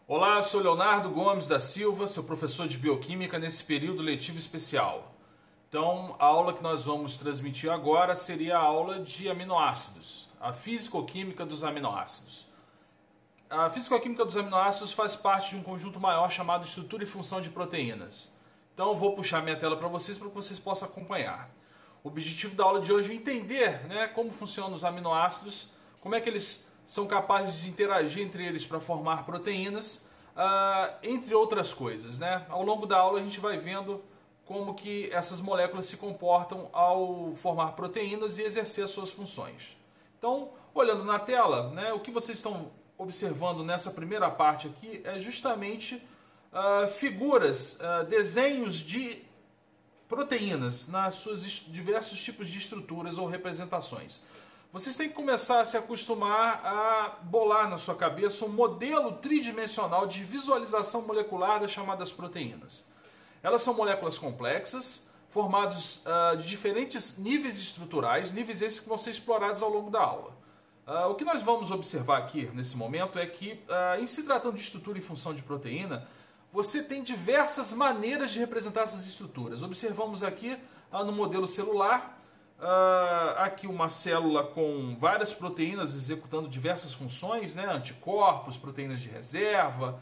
Olá, eu sou Leonardo Gomes da Silva, seu professor de Bioquímica nesse período letivo especial. Então, a aula que nós vamos transmitir agora seria a aula de aminoácidos, a físico-química dos aminoácidos. A físico-química dos aminoácidos faz parte de um conjunto maior chamado estrutura e função de proteínas. Então, eu vou puxar minha tela para vocês possam acompanhar. O objetivo da aula de hoje é entender, como funcionam os aminoácidos, como é que eles são capazes de interagir entre eles para formar proteínas, entre outras coisas. Ao longo da aula a gente vai vendo como que essas moléculas se comportam ao formar proteínas e exercer as suas funções. Então, olhando na tela, o que vocês estão observando nessa primeira parte aqui é justamente figuras, desenhos de proteínas nas suas diversos tipos de estruturas ou representações. Vocês têm que começar a se acostumar a bolar na sua cabeça um modelo tridimensional de visualização molecular das chamadas proteínas. Elas são moléculas complexas, formadas de diferentes níveis estruturais, níveis esses que vão ser explorados ao longo da aula. O que nós vamos observar aqui nesse momento é que, em se tratando de estrutura e função de proteína, você tem diversas maneiras de representar essas estruturas. Observamos aqui no modelo celular, aqui uma célula com várias proteínas executando diversas funções, anticorpos, proteínas de reserva,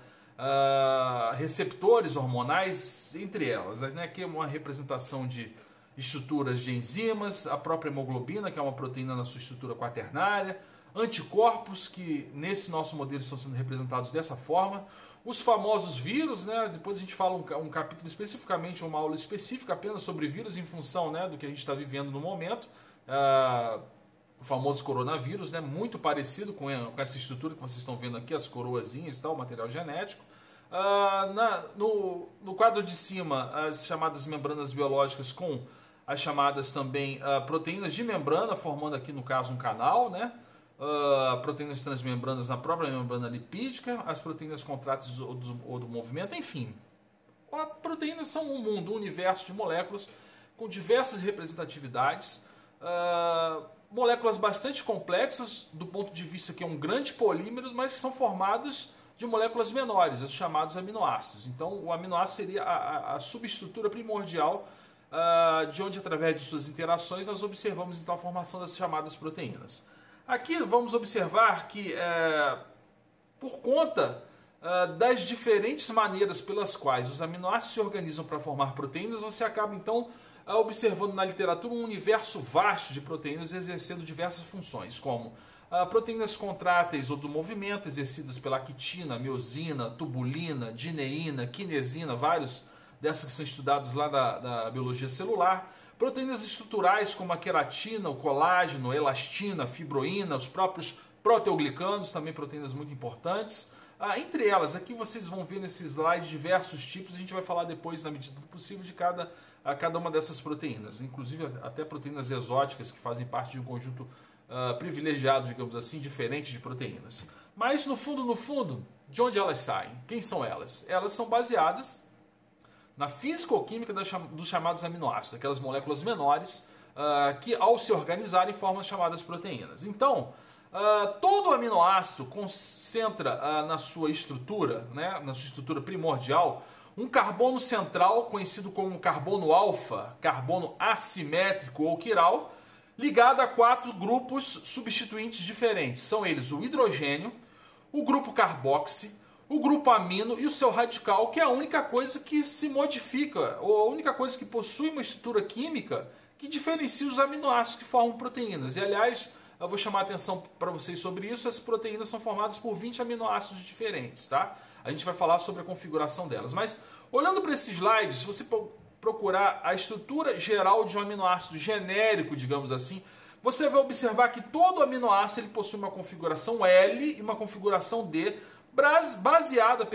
receptores hormonais, entre elas. Aqui é uma representação de estruturas de enzimas, a própria hemoglobina, que é uma proteína na sua estrutura quaternária, anticorpos, que nesse nosso modelo estão sendo representados dessa forma, os famosos vírus, depois a gente fala um capítulo especificamente, uma aula específica apenas sobre vírus em função do que a gente está vivendo no momento, o famoso coronavírus, muito parecido com essa estrutura que vocês estão vendo aqui, as coroazinhas e tal, o material genético. No quadro de cima, as chamadas membranas biológicas com as chamadas também proteínas de membrana, formando aqui no caso um canal, proteínas transmembranas na própria membrana lipídica, as proteínas contráteis ou do movimento, enfim. As proteínas são um mundo, um universo de moléculas com diversas representatividades, moléculas bastante complexas do ponto de vista que é um grande polímero, mas que são formados de moléculas menores, os chamados aminoácidos. Então, o aminoácido seria a subestrutura primordial de onde, através de suas interações, nós observamos então a formação das chamadas proteínas. Aqui vamos observar que, por conta das diferentes maneiras pelas quais os aminoácidos se organizam para formar proteínas, você acaba então observando na literatura um universo vasto de proteínas exercendo diversas funções, como proteínas contráteis ou do movimento, exercidas pela quitina, miosina, tubulina, dineína, quinesina, vários dessas que são estudados lá da biologia celular. Proteínas estruturais como a queratina, o colágeno, a elastina, a fibroína, os próprios proteoglicanos, também proteínas muito importantes. Entre elas, aqui vocês vão ver nesse slide diversos tipos, a gente vai falar depois, na medida do possível, de cada uma dessas proteínas, inclusive até proteínas exóticas que fazem parte de um conjunto privilegiado, digamos assim, diferente de proteínas. Mas no fundo, de onde elas saem? Quem são elas? Elas são baseadas na físico-química dos chamados aminoácidos, aquelas moléculas menores que, ao se organizarem, formam as chamadas proteínas. Então, todo aminoácido concentra na sua estrutura, na sua estrutura primordial, um carbono central, conhecido como carbono alfa, carbono assimétrico ou quiral, ligado a 4 grupos substituintes diferentes. São eles o hidrogênio, o grupo carboxi, o grupo amino e o seu radical, que é a única coisa que se modifica, ou a única coisa que possui uma estrutura química que diferencia os aminoácidos que formam proteínas. E, aliás, eu vou chamar a atenção para vocês sobre isso, as proteínas são formadas por 20 aminoácidos diferentes, tá? A gente vai falar sobre a configuração delas. Mas, olhando para esse slide, se você procurar a estrutura geral de um aminoácido genérico, digamos assim, você vai observar que todo aminoácido ele possui uma configuração L e uma configuração D, baseada,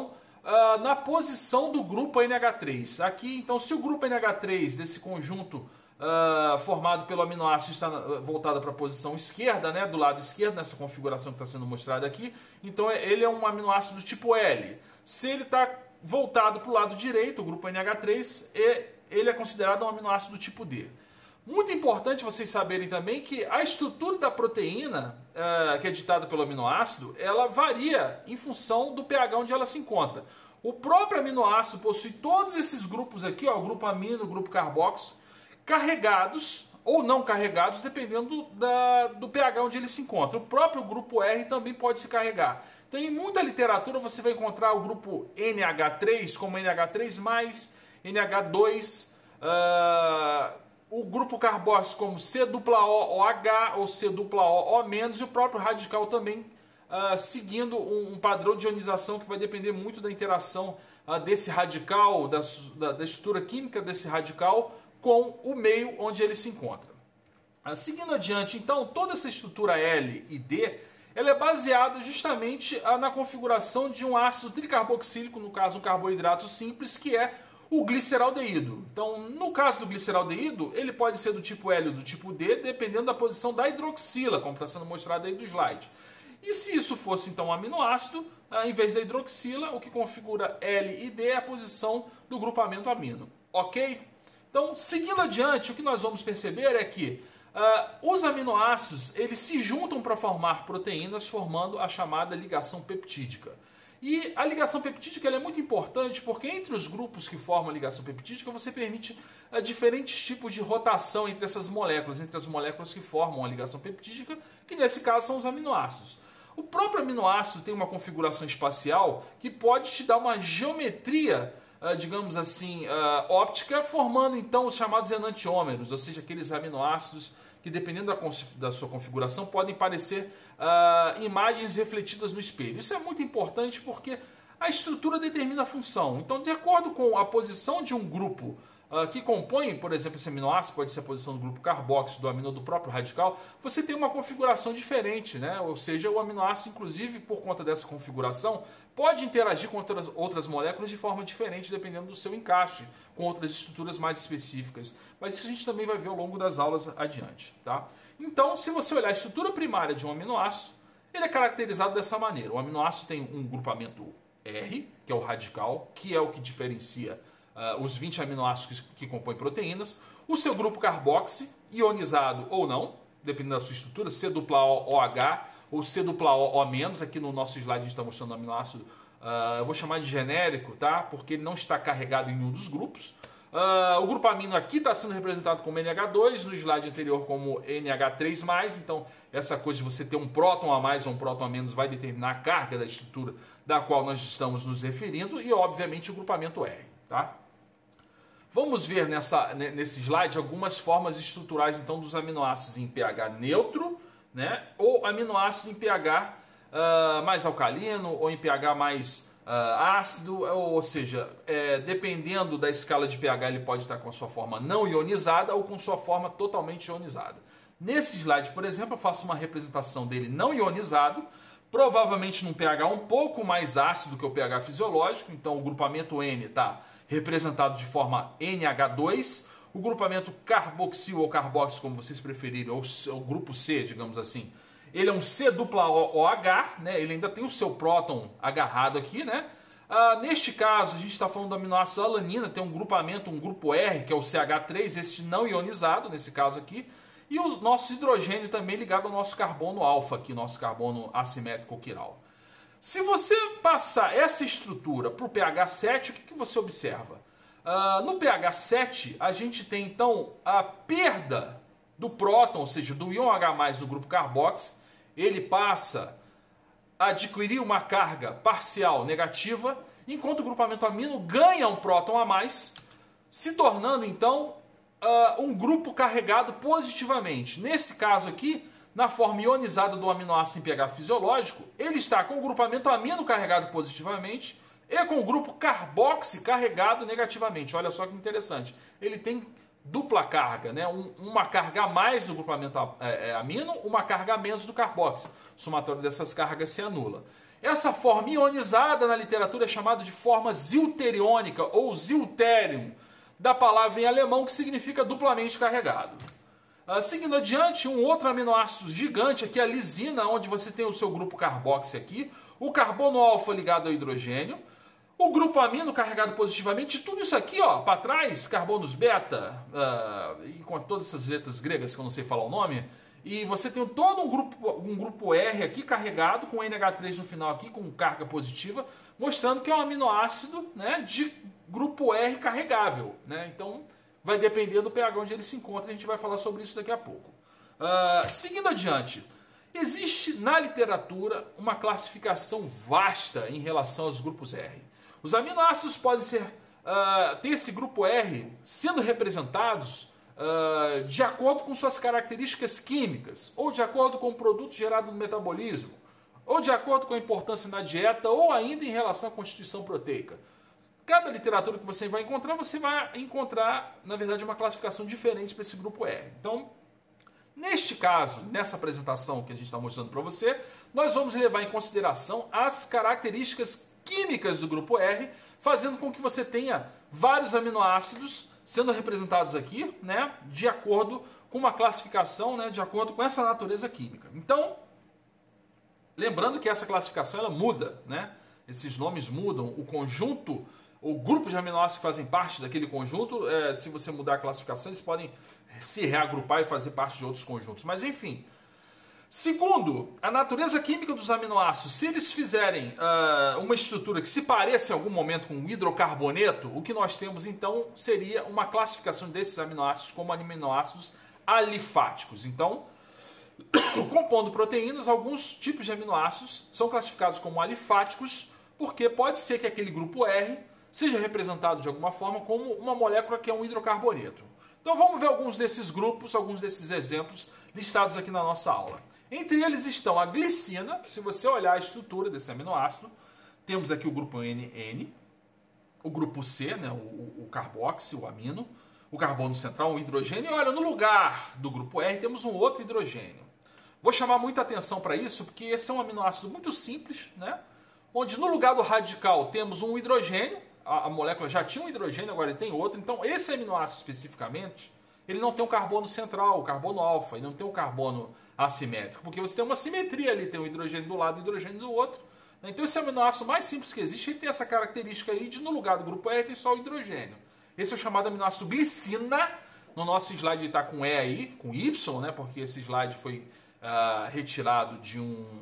na posição do grupo NH3. Aqui, então, se o grupo NH3 desse conjunto formado pelo aminoácido está voltado para a posição esquerda, do lado esquerdo, nessa configuração que está sendo mostrada aqui, então ele é um aminoácido do tipo L. Se ele está voltado para o lado direito, o grupo NH3, ele é considerado um aminoácido do tipo D. Muito importante vocês saberem também que a estrutura da proteína, que é ditada pelo aminoácido, ela varia em função do pH onde ela se encontra. O próprio aminoácido possui todos esses grupos aqui, ó, o grupo amino, o grupo carboxo, carregados ou não carregados, dependendo do pH onde ele se encontra. O próprio grupo R também pode se carregar. Então, em muita literatura você vai encontrar o grupo NH3 como NH3+, NH2, o grupo carboxo como C-OH ou C-OO-, e o próprio radical também seguindo um padrão de ionização que vai depender muito da interação desse radical, da estrutura química desse radical com o meio onde ele se encontra. Seguindo adiante, então, toda essa estrutura L e D, ela é baseada justamente na configuração de um ácido tricarboxílico, no caso um carboidrato simples, que é o gliceraldeído. Então, no caso do gliceraldeído, ele pode ser do tipo L ou do tipo D, dependendo da posição da hidroxila, como está sendo mostrado aí do slide. E se isso fosse, então, um aminoácido, em vez da hidroxila, o que configura L e D é a posição do grupamento amino. Ok? Então, seguindo adiante, o que nós vamos perceber é que os aminoácidos eles se juntam para formar proteínas, formando a chamada ligação peptídica. E a ligação peptídica ela é muito importante porque entre os grupos que formam a ligação peptídica você permite diferentes tipos de rotação entre essas moléculas, entre as moléculas que formam a ligação peptídica, que nesse caso são os aminoácidos. O próprio aminoácido tem uma configuração espacial que pode te dar uma geometria, digamos assim, óptica, formando então os chamados enantiômeros, ou seja, aqueles aminoácidos que, dependendo da sua configuração, podem parecer imagens refletidas no espelho. Isso é muito importante porque a estrutura determina a função. Então, de acordo com a posição de um grupo que compõe, por exemplo, esse aminoácido, pode ser a posição do grupo carboxo, do amino do próprio radical, você tem uma configuração diferente, né? Ou seja, o aminoácido, inclusive, por conta dessa configuração, pode interagir com outras moléculas de forma diferente, dependendo do seu encaixe, com outras estruturas mais específicas. Mas isso a gente também vai ver ao longo das aulas adiante, tá? Então, se você olhar a estrutura primária de um aminoácido, ele é caracterizado dessa maneira. O aminoácido tem um grupamento R, que é o radical, que é o que diferencia os 20 aminoácidos que compõem proteínas. O seu grupo carboxy, ionizado ou não, dependendo da sua estrutura, C-OH ou C-OO-. Aqui no nosso slide a gente está mostrando o aminoácido, eu vou chamar de genérico, tá? Porque ele não está carregado em nenhum dos grupos. O grupo amino aqui está sendo representado como NH2, no slide anterior como NH3+, então essa coisa de você ter um próton a mais ou um próton a menos vai determinar a carga da estrutura da qual nós estamos nos referindo e, obviamente, o grupamento R, tá? Vamos ver nesse slide algumas formas estruturais então, dos aminoácidos em pH neutro, né? Ou aminoácidos em pH mais alcalino ou em pH mais ácido, ou seja, dependendo da escala de pH ele pode estar com a sua forma não ionizada ou com sua forma totalmente ionizada. Nesse slide, por exemplo, eu faço uma representação dele não ionizado, provavelmente num pH um pouco mais ácido que o pH fisiológico, então o grupamento N está representado de forma NH2, o grupamento carboxil ou carboxil, como vocês preferirem, ou o grupo C, digamos assim, ele é um C-OH, né? Ele ainda tem o seu próton agarrado aqui, né? Neste caso, a gente está falando do aminoácido alanina, tem um grupamento, um grupo R, que é o CH3, este não ionizado, nesse caso aqui, e o nosso hidrogênio também ligado ao nosso carbono alfa, aqui, nosso carbono assimétrico quiral. Se você passar essa estrutura para o pH 7, o que você observa? No pH 7, a gente tem então a perda do próton, ou seja, do íon H+, do grupo carboxy, ele passa a adquirir uma carga parcial negativa, enquanto o grupamento amino ganha um próton a mais, se tornando então um grupo carregado positivamente. Nesse caso aqui, na forma ionizada do aminoácido em pH fisiológico, ele está com o grupamento amino carregado positivamente e com o grupo carboxy carregado negativamente. Olha só que interessante. Ele tem dupla carga, né? Uma carga a mais do grupamento amino, uma carga a menos do carboxy. O somatório dessas cargas se anula. Essa forma ionizada na literatura é chamada de forma zilteriônica ou zilterium, da palavra em alemão que significa duplamente carregado. Seguindo adiante, um outro aminoácido gigante aqui é a lisina, onde você tem o seu grupo carboxy aqui, o carbono alfa ligado ao hidrogênio, O grupo amino carregado positivamente, tudo isso aqui, ó, para trás, carbonos beta, e com todas essas letras gregas que eu não sei falar o nome, e você tem todo um grupo R aqui carregado com NH3 no final aqui, com carga positiva, mostrando que é um aminoácido, né, de grupo R carregável, né? Então vai depender do pH onde ele se encontra, a gente vai falar sobre isso daqui a pouco. Seguindo adiante, existe na literatura uma classificação vasta em relação aos grupos R. Os aminoácidos podem ter esse grupo R sendo representados de acordo com suas características químicas, ou de acordo com o produto gerado no metabolismo, ou de acordo com a importância na dieta, ou ainda em relação à constituição proteica. Cada literatura que você vai encontrar, na verdade, uma classificação diferente para esse grupo R. Então, neste caso, nessa apresentação que a gente está mostrando para você, nós vamos levar em consideração as características químicas do grupo R, fazendo com que você tenha vários aminoácidos sendo representados aqui, né, de acordo com uma classificação, né, de acordo com essa natureza química. Então, lembrando que essa classificação ela muda, né? Esses nomes mudam, o conjunto, o grupo de aminoácidos que fazem parte daquele conjunto, se você mudar a classificação, eles podem se reagrupar e fazer parte de outros conjuntos. Mas enfim, segundo a natureza química dos aminoácidos, se eles fizerem uma estrutura que se pareça em algum momento com um hidrocarboneto, o que nós temos então seria uma classificação desses aminoácidos como aminoácidos alifáticos. Então, compondo proteínas, alguns tipos de aminoácidos são classificados como alifáticos, porque pode ser que aquele grupo R seja representado de alguma forma como uma molécula que é um hidrocarboneto. Então vamos ver alguns desses grupos, alguns desses exemplos listados aqui na nossa aula. Entre eles estão a glicina, que se você olhar a estrutura desse aminoácido, temos aqui o grupo NN, o grupo C, né, o carboxi, o amino, o carbono central, um hidrogênio, e olha, no lugar do grupo R temos um outro hidrogênio. Vou chamar muita atenção para isso, porque esse é um aminoácido muito simples, né, onde no lugar do radical temos um hidrogênio, a molécula já tinha um hidrogênio, agora ele tem outro, então esse aminoácido especificamente, ele não tem um carbono central, o carbono alfa, ele não tem um carbono assimétrico, porque você tem uma simetria ali, tem um hidrogênio do lado e um hidrogênio do outro. Então esse aminoácido mais simples que existe, ele tem essa característica aí de no lugar do grupo R tem só o hidrogênio. Esse é o chamado aminoácido glicina. No nosso slide ele está com E aí, com Y, né? Porque esse slide foi retirado de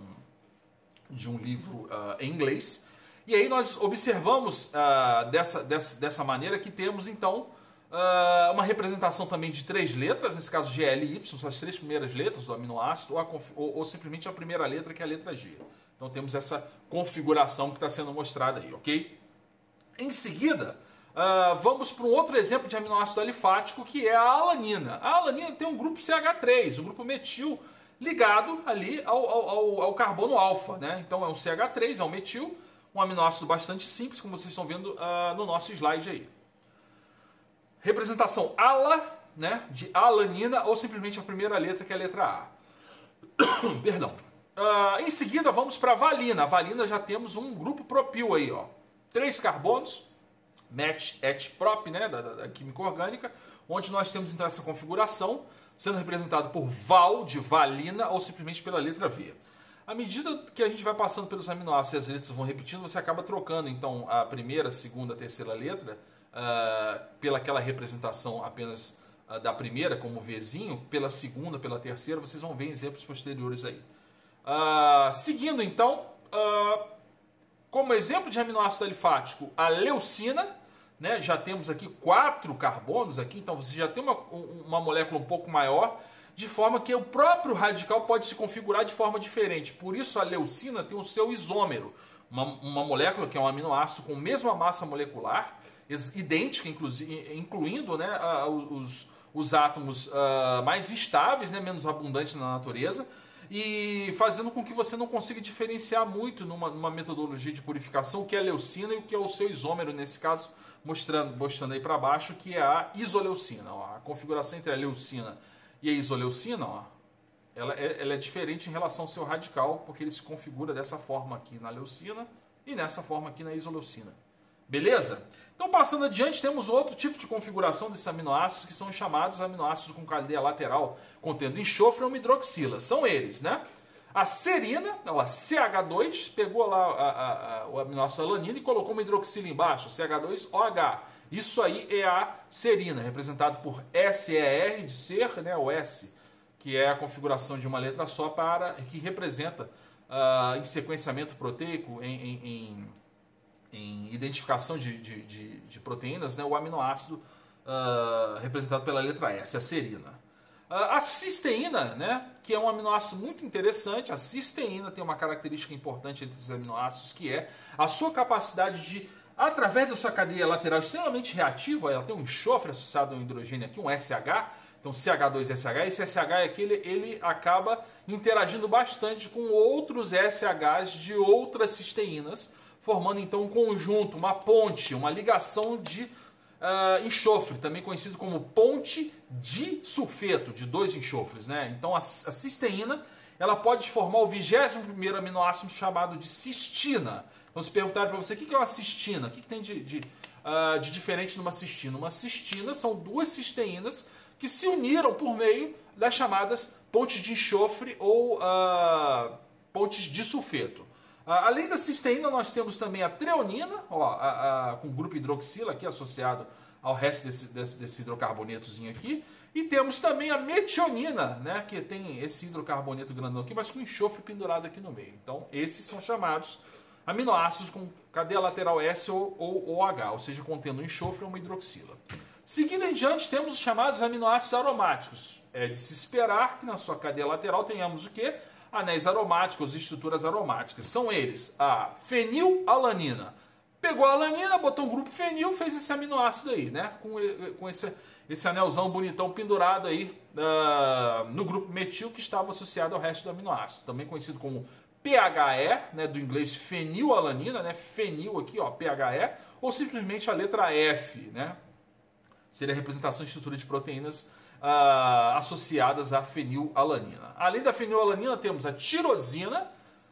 um livro em inglês. E aí nós observamos dessa maneira que temos então uma representação também de 3 letras, nesse caso GL e Y, são as 3 primeiras letras do aminoácido, ou simplesmente a primeira letra, que é a letra G. Então temos essa configuração que está sendo mostrada aí, ok? Em seguida, vamos para um outro exemplo de aminoácido alifático, que é a alanina. A alanina tem um grupo CH3, um grupo metil, ligado ali ao carbono alfa, né? Então é um CH3, é um metil, um aminoácido bastante simples, como vocês estão vendo no nosso slide aí. Representação ala, né, de alanina, ou simplesmente a primeira letra, que é a letra A. Perdão. Em seguida, vamos para a valina. A valina já temos um grupo propil aí, ó. 3 carbonos, match, et, prop, né, da química orgânica, onde nós temos então essa configuração, sendo representado por val, de valina, ou simplesmente pela letra V. À medida que a gente vai passando pelos aminoácidos e as letras vão repetindo, você acaba trocando então a primeira, segunda, terceira letra pela aquela representação apenas da primeira, como Vzinho, pela segunda, pela terceira, vocês vão ver exemplos posteriores aí. Seguindo então, como exemplo de aminoácido alifático, a leucina, né, já temos aqui 4 carbonos, aqui, então você já tem uma molécula um pouco maior, de forma que o próprio radical pode se configurar de forma diferente. Por isso a leucina tem o seu isômero, uma molécula que é um aminoácido com a mesma massa molecular, idêntica, incluindo, né, os átomos mais estáveis, né, menos abundantes na natureza, e fazendo com que você não consiga diferenciar muito numa metodologia de purificação o que é a leucina e o que é o seu isômero, nesse caso, mostrando aí para baixo, que é a isoleucina. Ó, a configuração entre a leucina e a isoleucina, ó, ela é diferente em relação ao seu radical, porque ele se configura dessa forma aqui na leucina e nessa forma aqui na isoleucina. Beleza? Então, passando adiante, temos outro tipo de configuração desses aminoácidos, que são os chamados aminoácidos com cadeia lateral, contendo enxofre ou hidroxila. São eles, né? A serina, a CH2, pegou lá o aminoácido alanina e colocou uma hidroxila embaixo, CH2OH. Isso aí é a serina, representado por SER, de ser, né, o S, que é a configuração de uma letra só, que representa em sequenciamento proteico, em identificação de proteínas, né, o aminoácido representado pela letra S, a serina. A cisteína, né, que é um aminoácido muito interessante. A cisteína tem uma característica importante entre esses aminoácidos, que é a sua capacidade de, através da sua cadeia lateral extremamente reativa, ela tem um enxofre associado ao hidrogênio aqui, um SH, então CH2SH, esse SH é que ele acaba interagindo bastante com outros SHs de outras cisteínas, formando então um conjunto, uma ponte, uma ligação de enxofre, também conhecido como ponte disulfeto, de dois enxofres, né? Então a cisteína, ela pode formar o 21º aminoácido chamado de cistina. Então se perguntarem para você, o que é uma cistina? O que tem de diferente numa cistina? Uma cistina são duas cisteínas que se uniram por meio das chamadas pontes de enxofre ou pontes de sulfeto. Além da cisteína, nós temos também a treonina, com o grupo hidroxila aqui associado ao resto desse hidrocarbonetozinho aqui. E temos também a metionina, né, que tem esse hidrocarboneto grandão aqui, mas com enxofre pendurado aqui no meio. Então, esses são chamados aminoácidos com cadeia lateral S ou OH, ou seja, contendo um enxofre ou uma hidroxila. Seguindo em diante, temos os chamados aminoácidos aromáticos. É de se esperar que na sua cadeia lateral tenhamos o quê? Anéis aromáticos, estruturas aromáticas. São eles a fenilalanina. Pegou a alanina, botou um grupo fenil, fez esse aminoácido aí, né? Com esse anelzão bonitão pendurado aí no grupo metil que estava associado ao resto do aminoácido. Também conhecido como PHE, né? Do inglês fenilalanina, né? Fenil aqui, ó, PHE, ou simplesmente a letra F, né? Seria a representação de estrutura de proteínas associadas à fenilalanina. Além da fenilalanina, temos a tirosina,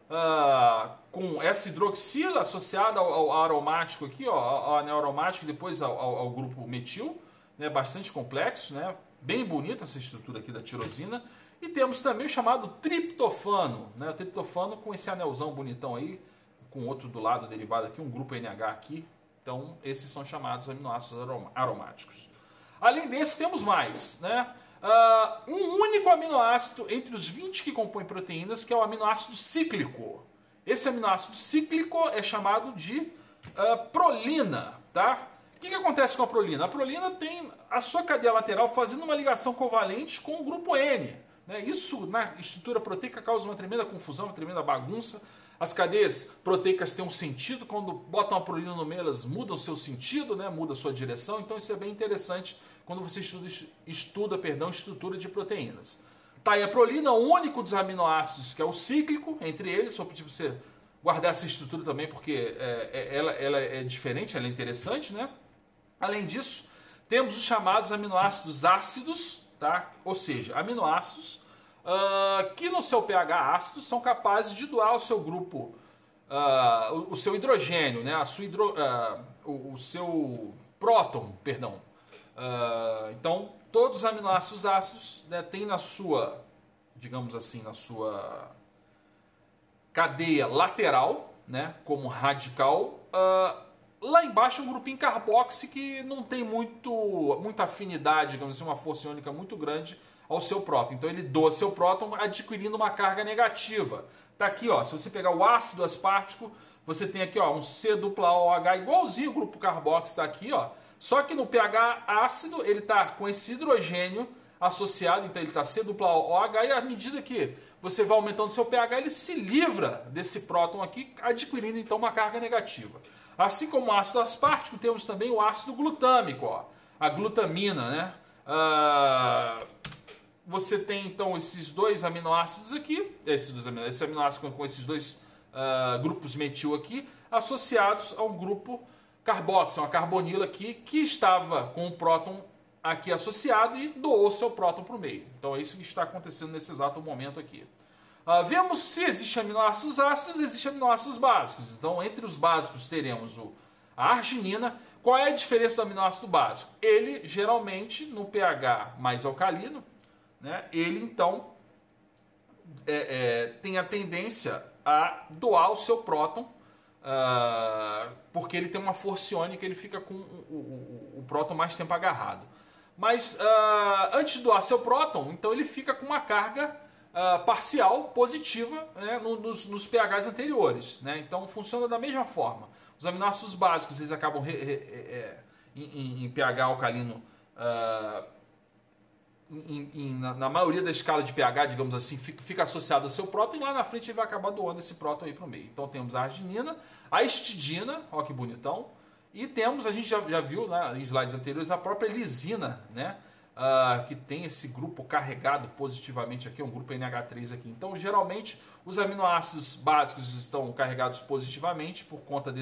com essa hidroxila associada ao aromático aqui, ó, ao anel aromático, e depois ao grupo metil, né, bastante complexo, né, bem bonita essa estrutura aqui da tirosina. E temos também o chamado triptofano, né, o triptofano com esse anelzão bonitão aí, com outro do lado derivado aqui, um grupo NH aqui. Então, esses são chamados aminoácidos aromáticos. Além desses, temos mais, né? Um único aminoácido entre os 20 que compõem proteínas, que é o aminoácido cíclico. Esse aminoácido cíclico é chamado de prolina, tá? O que acontece com a prolina? A prolina tem a sua cadeia lateral fazendo uma ligação covalente com o grupo N, né? Isso na estrutura proteica causa uma tremenda confusão, uma tremenda bagunça. As cadeias proteicas têm um sentido, quando botam a prolina no meio, elas mudam seu sentido, né? Muda a sua direção, então isso é bem interessante quando você estuda estrutura de proteínas. Tá aí a prolina, o único dos aminoácidos que é o cíclico, entre eles, vou pedir para você guardar essa estrutura também, porque ela é diferente, ela é interessante, né? Além disso, temos os chamados aminoácidos ácidos, tá? Ou seja, aminoácidos que no seu pH ácido são capazes de doar ao seu grupo o seu hidrogênio, né? O seu próton, perdão. Então, todos os aminoácidos ácidos, né, têm na sua, digamos assim, na sua cadeia lateral, né, como radical, lá embaixo um grupinho carboxy que não tem muita afinidade, digamos assim, uma força iônica muito grande ao seu próton. Então ele doa seu próton adquirindo uma carga negativa. Tá aqui, ó, se você pegar o ácido aspartico, você tem aqui, ó, um C-OH igualzinho o grupo carboxy está aqui, ó. Só que no pH ácido ele está com esse hidrogênio associado, então ele está C-OH, e à medida que você vai aumentando o seu pH, ele se livra desse próton aqui, adquirindo então uma carga negativa. Assim como o ácido aspartico, temos também o ácido glutâmico, ó, a glutamina, né? Você tem então esses dois aminoácidos aqui, esse aminoácido com esses dois grupos metil aqui, associados ao grupo carboxy, uma carbonila aqui, que estava com o próton aqui associado e doou seu próton para o meio. Então é isso que está acontecendo nesse exato momento aqui. Vemos se existem aminoácidos ácidos, existem aminoácidos básicos. Então entre os básicos teremos a arginina. Qual é a diferença do aminoácido básico? Ele geralmente no pH mais alcalino, né, ele então tem a tendência a doar o seu próton, porque ele tem uma força iônica, ele fica com o próton mais tempo agarrado. Mas antes de doar seu próton, então ele fica com uma carga parcial positiva, né, nos pHs anteriores, né? Então funciona da mesma forma. Os aminoácidos básicos eles acabam em pH alcalino, na maioria da escala de pH, digamos assim, fica associado ao seu próton, e lá na frente ele vai acabar doando esse próton aí para o meio. Então temos a arginina, a histidina, olha que bonitão, e temos, a gente já viu, né, em slides anteriores, a própria lisina, né, que tem esse grupo carregado positivamente aqui, um grupo NH3 aqui. Então, geralmente, os aminoácidos básicos estão carregados positivamente por conta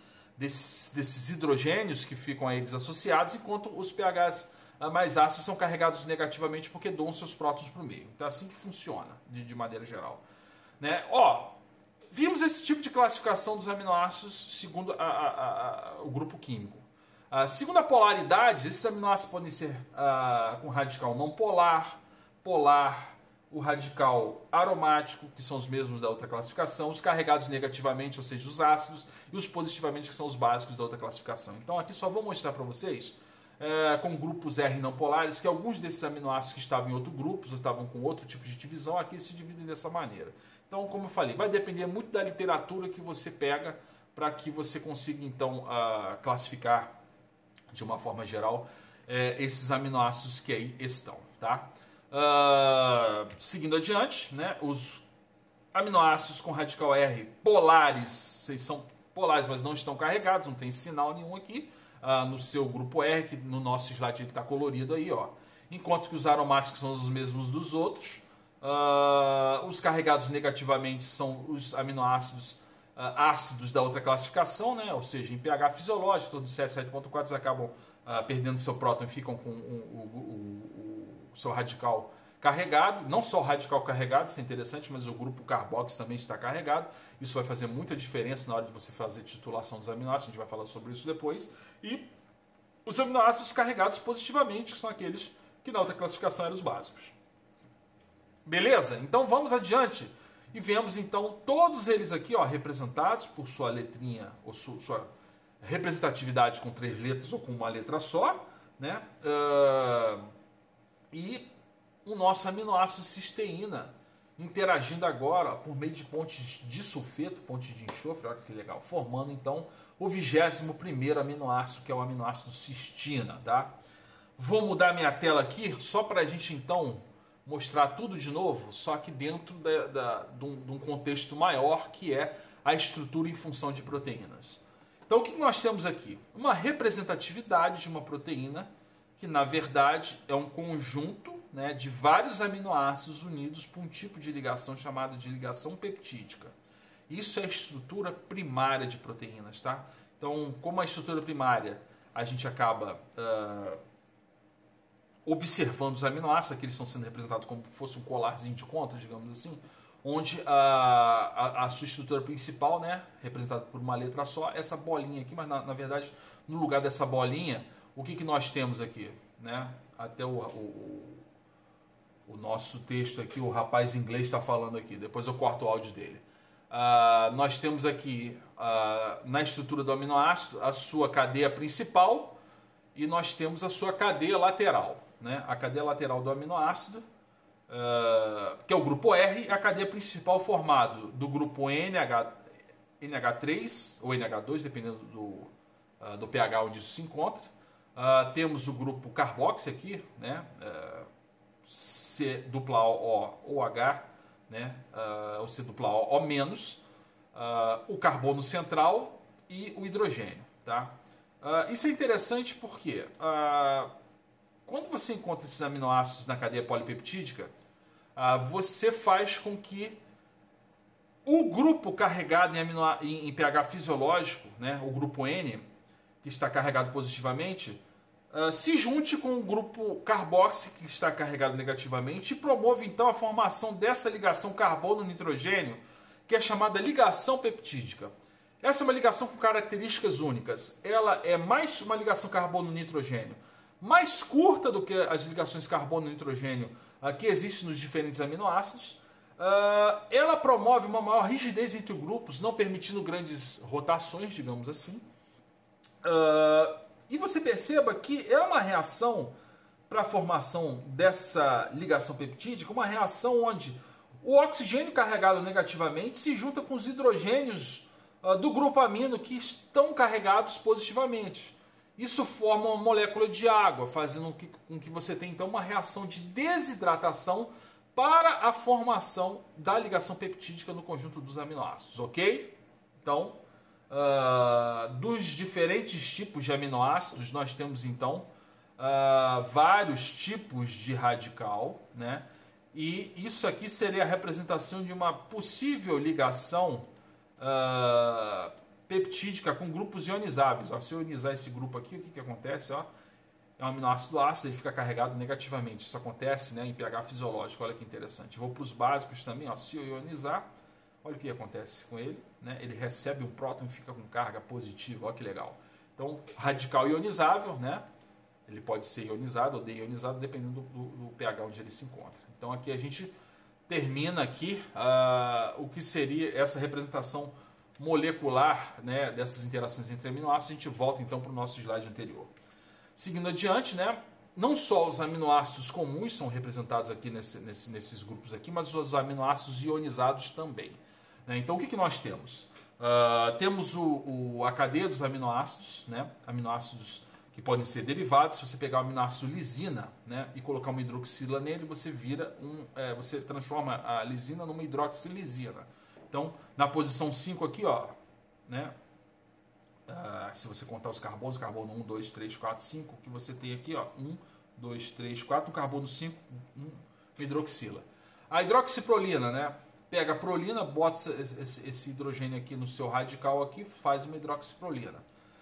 desses hidrogênios que ficam a eles associados, enquanto os pHs mais ácidos são carregados negativamente porque doam seus prótons para o meio. Então é assim que funciona, de maneira geral. Né? Vimos esse tipo de classificação dos aminoácidos segundo o grupo químico. Segundo a polaridade, esses aminoácidos podem ser com radical não polar, polar, o radical aromático, que são os mesmos da outra classificação, os carregados negativamente, ou seja, os ácidos, e os positivamente, que são os básicos da outra classificação. Então aqui só vou mostrar para vocês, com grupos R não polares, que alguns desses aminoácidos que estavam em outros grupos, ou estavam com outro tipo de divisão, aqui se dividem dessa maneira. Então, como eu falei, vai depender muito da literatura que você pega para que você consiga, então, classificar de uma forma geral esses aminoácidos que aí estão, tá? Seguindo adiante, né, os aminoácidos com radical R polares, eles são polares, mas não estão carregados, não tem sinal nenhum aqui, no seu grupo R, que no nosso slide ele está colorido aí, ó. Enquanto que os aromáticos são os mesmos dos outros, os carregados negativamente são os aminoácidos ácidos da outra classificação, né? Ou seja, em pH fisiológico, todos 7,4 eles acabam perdendo seu próton e ficam com o seu radical carregado. Não só o radical carregado, isso é interessante, mas o grupo carboxy também está carregado. Isso vai fazer muita diferença na hora de você fazer titulação dos aminoácidos, a gente vai falar sobre isso depois. E os aminoácidos carregados positivamente, que são aqueles que na outra classificação eram os básicos. Beleza? Então vamos adiante e vemos então todos eles aqui, ó, representados por sua letrinha, ou sua representatividade com 3 letras ou com uma letra só, né? E o nosso aminoácido cisteína interagindo agora por meio de pontes de sulfeto, pontes de enxofre, olha que legal, formando então o 21º aminoácido, que é o aminoácido cistina, tá? Vou mudar minha tela aqui só para a gente então mostrar tudo de novo, só que dentro de um contexto maior, que é a estrutura em função de proteínas. Então o que nós temos aqui? Uma representatividade de uma proteína que na verdade é um conjunto, né, de vários aminoácidos unidos por um tipo de ligação chamada de ligação peptídica. Isso é a estrutura primária de proteínas, tá? Então, como a estrutura primária, a gente acaba observando os aminoácidos, aqui eles estão sendo representados como se fosse um colarzinho de contas, digamos assim, onde a sua estrutura principal, né, representada por uma letra só, essa bolinha aqui, mas na verdade, no lugar dessa bolinha, o que nós temos aqui? Né? Até o nosso texto aqui, o rapaz em inglês está falando aqui, depois eu corto o áudio dele. Nós temos aqui, na estrutura do aminoácido, a sua cadeia principal e nós temos a sua cadeia lateral. Né? A cadeia lateral do aminoácido, que é o grupo R, é a cadeia principal formado do grupo NH3 ou NH2, dependendo do pH onde isso se encontra. Temos o grupo carboxy aqui, né? C dupla O ou H, né? Ou C dupla O menos, o carbono central e o hidrogênio. Tá? Isso é interessante porque quando você encontra esses aminoácidos na cadeia polipeptídica, você faz com que o grupo carregado em pH fisiológico, né, o grupo N, que está carregado positivamente, se junte com o grupo carboxy, que está carregado negativamente, e promove então a formação dessa ligação carbono-nitrogênio, que é chamada ligação peptídica. Essa é uma ligação com características únicas. Ela é mais uma ligação carbono-nitrogênio mais curta do que as ligações carbono-nitrogênio que existem nos diferentes aminoácidos. Ela promove uma maior rigidez entre grupos, não permitindo grandes rotações, digamos assim. E você perceba que é uma reação para a formação dessa ligação peptídica, uma reação onde o oxigênio carregado negativamente se junta com os hidrogênios do grupo amino que estão carregados positivamente. Isso forma uma molécula de água, fazendo com que você tenha então uma reação de desidratação para a formação da ligação peptídica no conjunto dos aminoácidos, ok? Então, dos diferentes tipos de aminoácidos, nós temos então vários tipos de radical, né? E isso aqui seria a representação de uma possível ligação peptídica com grupos ionizáveis. Se eu ionizar esse grupo aqui, o que acontece? É um aminoácido ácido, ele fica carregado negativamente. Isso acontece, né, em pH fisiológico. Olha que interessante. Vou para os básicos também. Se eu ionizar, olha o que acontece com ele. Né? Ele recebe um próton e fica com carga positiva. Olha que legal. Então, radical ionizável, né? Ele pode ser ionizado ou deionizado, dependendo do pH onde ele se encontra. Então, aqui a gente termina aqui o que seria essa representação molecular, né, dessas interações entre aminoácidos. A gente volta então para o nosso slide anterior. Seguindo adiante, né, não só os aminoácidos comuns são representados aqui nesses grupos aqui, mas os aminoácidos ionizados também. Né? Então o que nós temos? Temos a cadeia dos aminoácidos, né, aminoácidos que podem ser derivados. Se você pegar o aminoácido lisina, né, e colocar uma hidroxila nele, você você transforma a lisina numa hidroxilisina. Então, na posição 5 aqui, né, se você contar os carbonos, carbono 1, 2, 3, 4, 5, o que você tem aqui, 1, 2, 3, 4, no carbono 5, uma hidroxila. A hidroxiprolina, né, pega a prolina, bota esse hidrogênio aqui no seu radical aqui, faz uma hidroxiprolina.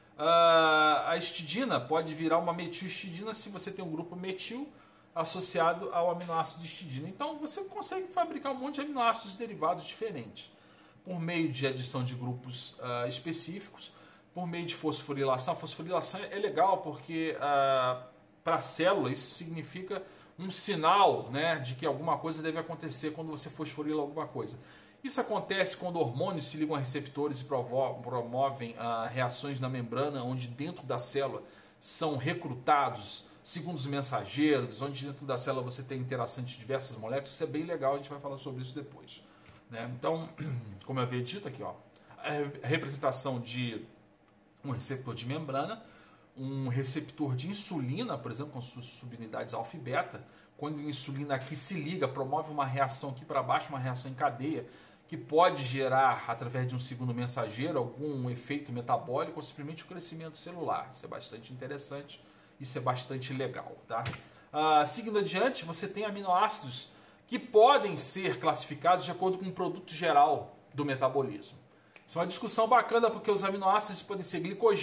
A histidina pode virar uma metilhistidina se você tem um grupo metil associado ao aminoácido histidina. Então você consegue fabricar um monte de aminoácidos derivados diferentes por meio de adição de grupos específicos, por meio de fosforilação. A fosforilação é legal porque para a célula isso significa um sinal, né, de que alguma coisa deve acontecer quando você fosforila alguma coisa. Isso acontece quando hormônios se ligam a receptores e promovem reações na membrana, onde dentro da célula são recrutados segundos mensageiros, onde dentro da célula você tem interação de diversas moléculas. Isso é bem legal, a gente vai falar sobre isso depois. Né? Então, como eu havia dito aqui, a representação de um receptor de membrana, um receptor de insulina, por exemplo, com suas subunidades alfa e beta. Quando a insulina aqui se liga, promove uma reação aqui para baixo, uma reação em cadeia, que pode gerar, através de um segundo mensageiro, algum efeito metabólico ou simplesmente o crescimento celular. Isso é bastante interessante, isso é bastante legal. Tá? Seguindo adiante, você tem aminoácidos que podem ser classificados de acordo com o produto geral do metabolismo. Isso é uma discussão bacana, porque os aminoácidos podem ser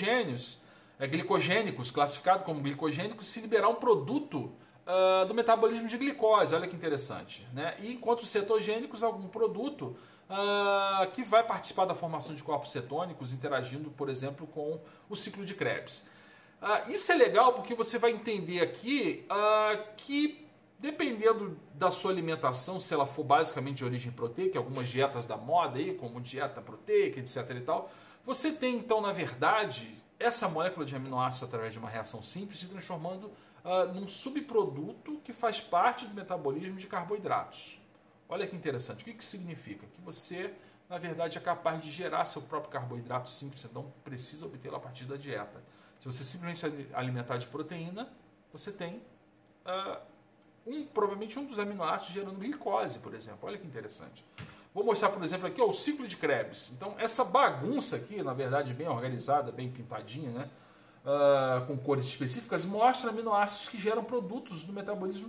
glicogênicos, classificados como glicogênicos, se liberar um produto do metabolismo de glicose. Olha que interessante. Né? E enquanto os cetogênicos, algum produto que vai participar da formação de corpos cetônicos, interagindo, por exemplo, com o ciclo de Krebs. Isso é legal porque você vai entender aqui que, dependendo da sua alimentação, se ela for basicamente de origem proteica, algumas dietas da moda aí, como dieta proteica, etc. e tal, você tem então, na verdade, essa molécula de aminoácido através de uma reação simples se transformando num subproduto que faz parte do metabolismo de carboidratos. Olha que interessante. O que isso significa? Que você, na verdade, é capaz de gerar seu próprio carboidrato simples, você não precisa obtê-lo a partir da dieta. Se você simplesmente se alimentar de proteína, você tem provavelmente um dos aminoácidos gerando glicose, por exemplo. Olha que interessante. Vou mostrar, por exemplo, aqui o ciclo de Krebs. Então, essa bagunça aqui, na verdade, bem organizada, bem pintadinha, né? Com cores específicas, mostra aminoácidos que geram produtos do metabolismo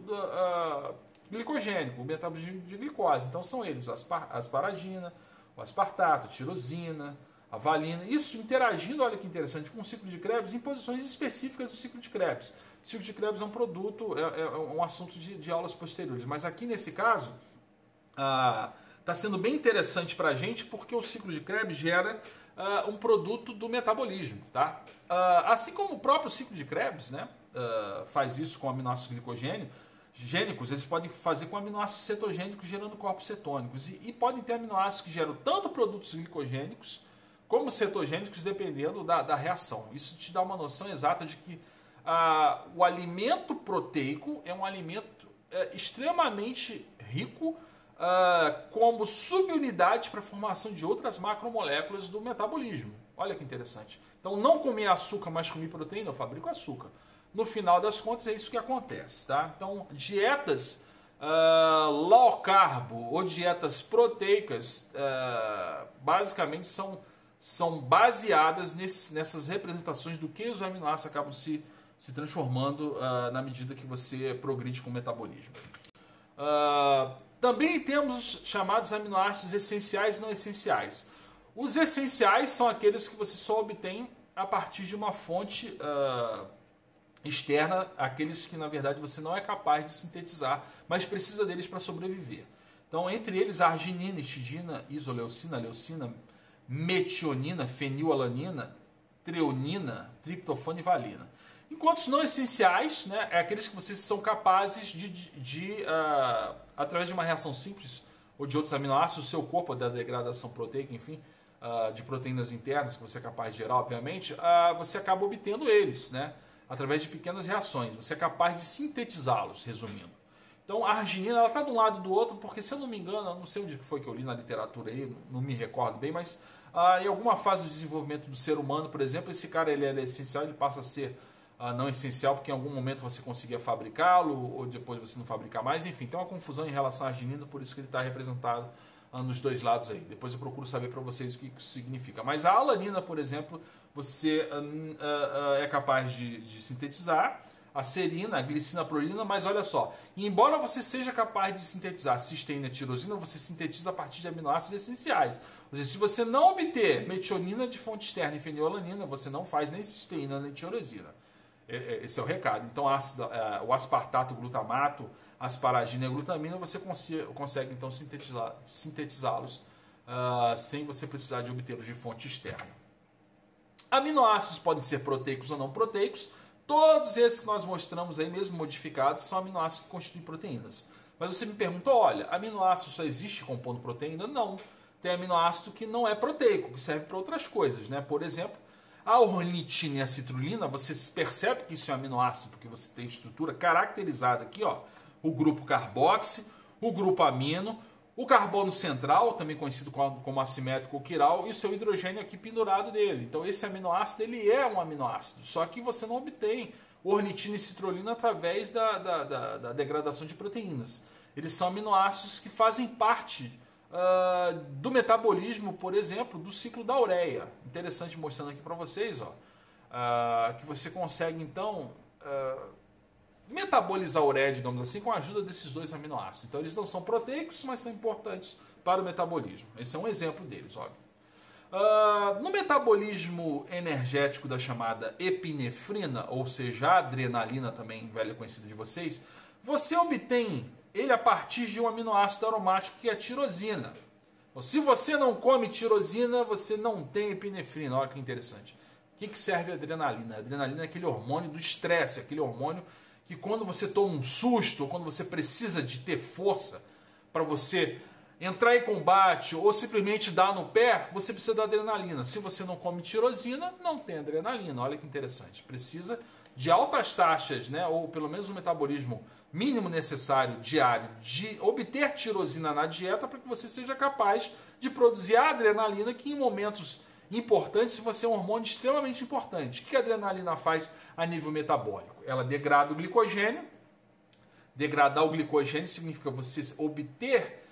glicogênico, o metabolismo de glicose. Então, são eles a asparagina, o aspartato, a tirosina, a valina. Isso interagindo, olha que interessante, com o ciclo de Krebs em posições específicas do ciclo de Krebs. O ciclo de Krebs é um produto, é um assunto de aulas posteriores. Mas aqui, nesse caso, está sendo bem interessante para a gente porque o ciclo de Krebs gera um produto do metabolismo. Tá? Assim como o próprio ciclo de Krebs, né, faz isso com o aminoácido glicogênio, eles podem fazer com aminoácidos cetogênicos gerando corpos cetônicos. E podem ter aminoácidos que geram tanto produtos glicogênicos como cetogênicos, dependendo da reação. Isso te dá uma noção exata de que o alimento proteico é um alimento extremamente rico como subunidade para a formação de outras macromoléculas do metabolismo. Olha que interessante. Então, não comer açúcar, mas comer proteína, eu fabrico açúcar. No final das contas, é isso que acontece. Tá? Então, dietas low carb ou dietas proteicas, basicamente são baseadas nessas representações do que os aminoácidos acabam se transformando na medida que você progride com o metabolismo. Também temos os chamados aminoácidos essenciais e não essenciais. Os essenciais são aqueles que você só obtém a partir de uma fonte externa, aqueles que na verdade você não é capaz de sintetizar, mas precisa deles para sobreviver. Então, entre eles, a arginina, histidina, isoleucina, leucina, metionina, fenilalanina, treonina, triptofano e valina. Enquanto os não essenciais, né, é aqueles que vocês são capazes de através de uma reação simples ou de outros aminoácidos, o seu corpo, da degradação proteica, enfim, de proteínas internas que você é capaz de gerar, obviamente, você acaba obtendo eles, né, através de pequenas reações. Você é capaz de sintetizá-los, resumindo. Então, a arginina, ela está de um lado e do outro, porque, se eu não me engano, eu não sei onde foi que eu li na literatura aí, não me recordo bem, mas em alguma fase do desenvolvimento do ser humano, por exemplo, esse cara ele é essencial, ele passa a ser não essencial, porque em algum momento você conseguia fabricá-lo, ou depois você não fabricar mais. Enfim, tem uma confusão em relação à arginina, por isso que ele está representado nos dois lados aí. Depois eu procuro saber para vocês o que isso significa. Mas a alanina, por exemplo, você é capaz de sintetizar. A serina, a glicina, a prolina, mas olha só, embora você seja capaz de sintetizar cisteína e tirosina, você sintetiza a partir de aminoácidos essenciais. Ou seja, se você não obter metionina de fonte externa e fenilalanina, você não faz nem cisteína nem tirosina. Esse é o recado. Então, o aspartato, o glutamato, a asparagina e a glutamina, você consegue então sintetizá-los sem você precisar de obtê-los de fonte externa. Aminoácidos podem ser proteicos ou não proteicos. Todos esses que nós mostramos aí, mesmo modificados, são aminoácidos que constituem proteínas. Mas você me pergunta, olha, aminoácido só existe compondo proteína? Não. Tem aminoácido que não é proteico, que serve para outras coisas, né? Por exemplo, a ornitina e a citrulina, você percebe que isso é um aminoácido, porque você tem estrutura caracterizada aqui, ó, o grupo carboxi, o grupo amino, o carbono central, também conhecido como assimétrico ou quiral, e o seu hidrogênio aqui pendurado dele. Então esse aminoácido ele é um aminoácido, só que você não obtém ornitina e citrulina através da degradação de proteínas. Eles são aminoácidos que fazem parte do metabolismo, por exemplo, do ciclo da ureia. Interessante, mostrando aqui para vocês, ó, que você consegue então metabolizar a ureia, digamos assim, com a ajuda desses dois aminoácidos. Então eles não são proteicos, mas são importantes para o metabolismo. Esse é um exemplo deles, óbvio. No metabolismo energético da chamada epinefrina, ou seja, a adrenalina, também velha conhecida de vocês, você obtém ele a partir de um aminoácido aromático que é a tirosina. Então, se você não come tirosina, você não tem epinefrina. Olha que interessante. O que serve a adrenalina? A adrenalina é aquele hormônio do estresse, aquele hormônio que quando você toma um susto, ou quando você precisa de ter força para você entrar em combate ou simplesmente dar no pé, você precisa da adrenalina. Se você não come tirosina, não tem adrenalina. Olha que interessante. Precisa de altas taxas, né, ou pelo menos um metabolismo mínimo necessário diário de obter tirosina na dieta para que você seja capaz de produzir a adrenalina, que em momentos importantes vai ser um hormônio extremamente importante. O que a adrenalina faz a nível metabólico? Ela degrada o glicogênio. Degradar o glicogênio significa você obter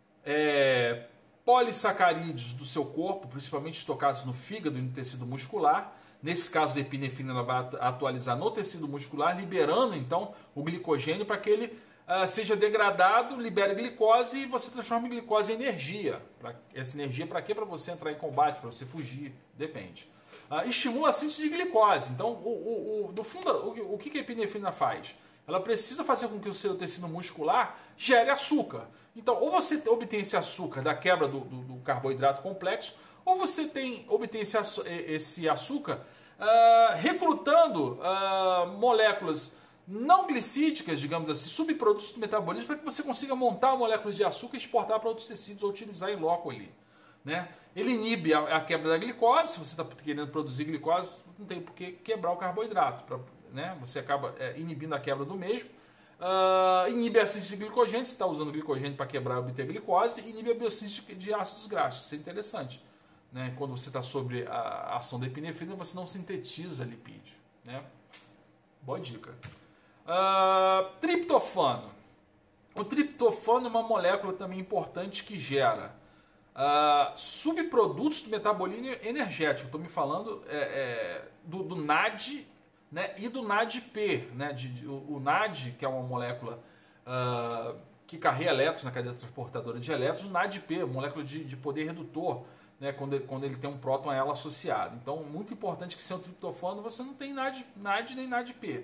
polissacarídeos do seu corpo, principalmente estocados no fígado e no tecido muscular. Nesse caso da epinefrina, ela vai atualizar no tecido muscular, liberando então o glicogênio para que ele seja degradado, libere glicose e você transforma a glicose em energia. Essa energia para quê? Para você entrar em combate, para você fugir, depende. Estimula a síntese de glicose. Então, no fundo, o que a epinefrina faz? Ela precisa fazer com que o seu tecido muscular gere açúcar. Então, ou você obtém esse açúcar da quebra do carboidrato complexo, ou você obtém esse açúcar recrutando moléculas não glicídicas, digamos assim, subprodutos do metabolismo, para que você consiga montar moléculas de açúcar e exportar para outros tecidos ou utilizar em loco ali. Né? Ele inibe a quebra da glicose. Se você está querendo produzir glicose, não tem por que quebrar o carboidrato. Né? Você acaba inibindo a quebra do mesmo. Inibe a síntese de glicogênio. Você está usando glicogênio para quebrar e obter glicose. Inibe a biossíntese de ácidos graxos. Isso é interessante. Né? Quando você está sobre a ação da epinefrina, você não sintetiza lipídio. Né? Boa dica. Triptofano. O triptofano é uma molécula também importante que gera subprodutos do metabolismo energético. Estou me falando do NAD, né, e do NADP. Né, o NAD, que é uma molécula que carrega elétrons na cadeia transportadora de elétrons. O NADP, molécula de poder redutor, né, quando ele tem um próton a ela associado. Então, muito importante que sem o triptofano você não tem NAD nem NADP.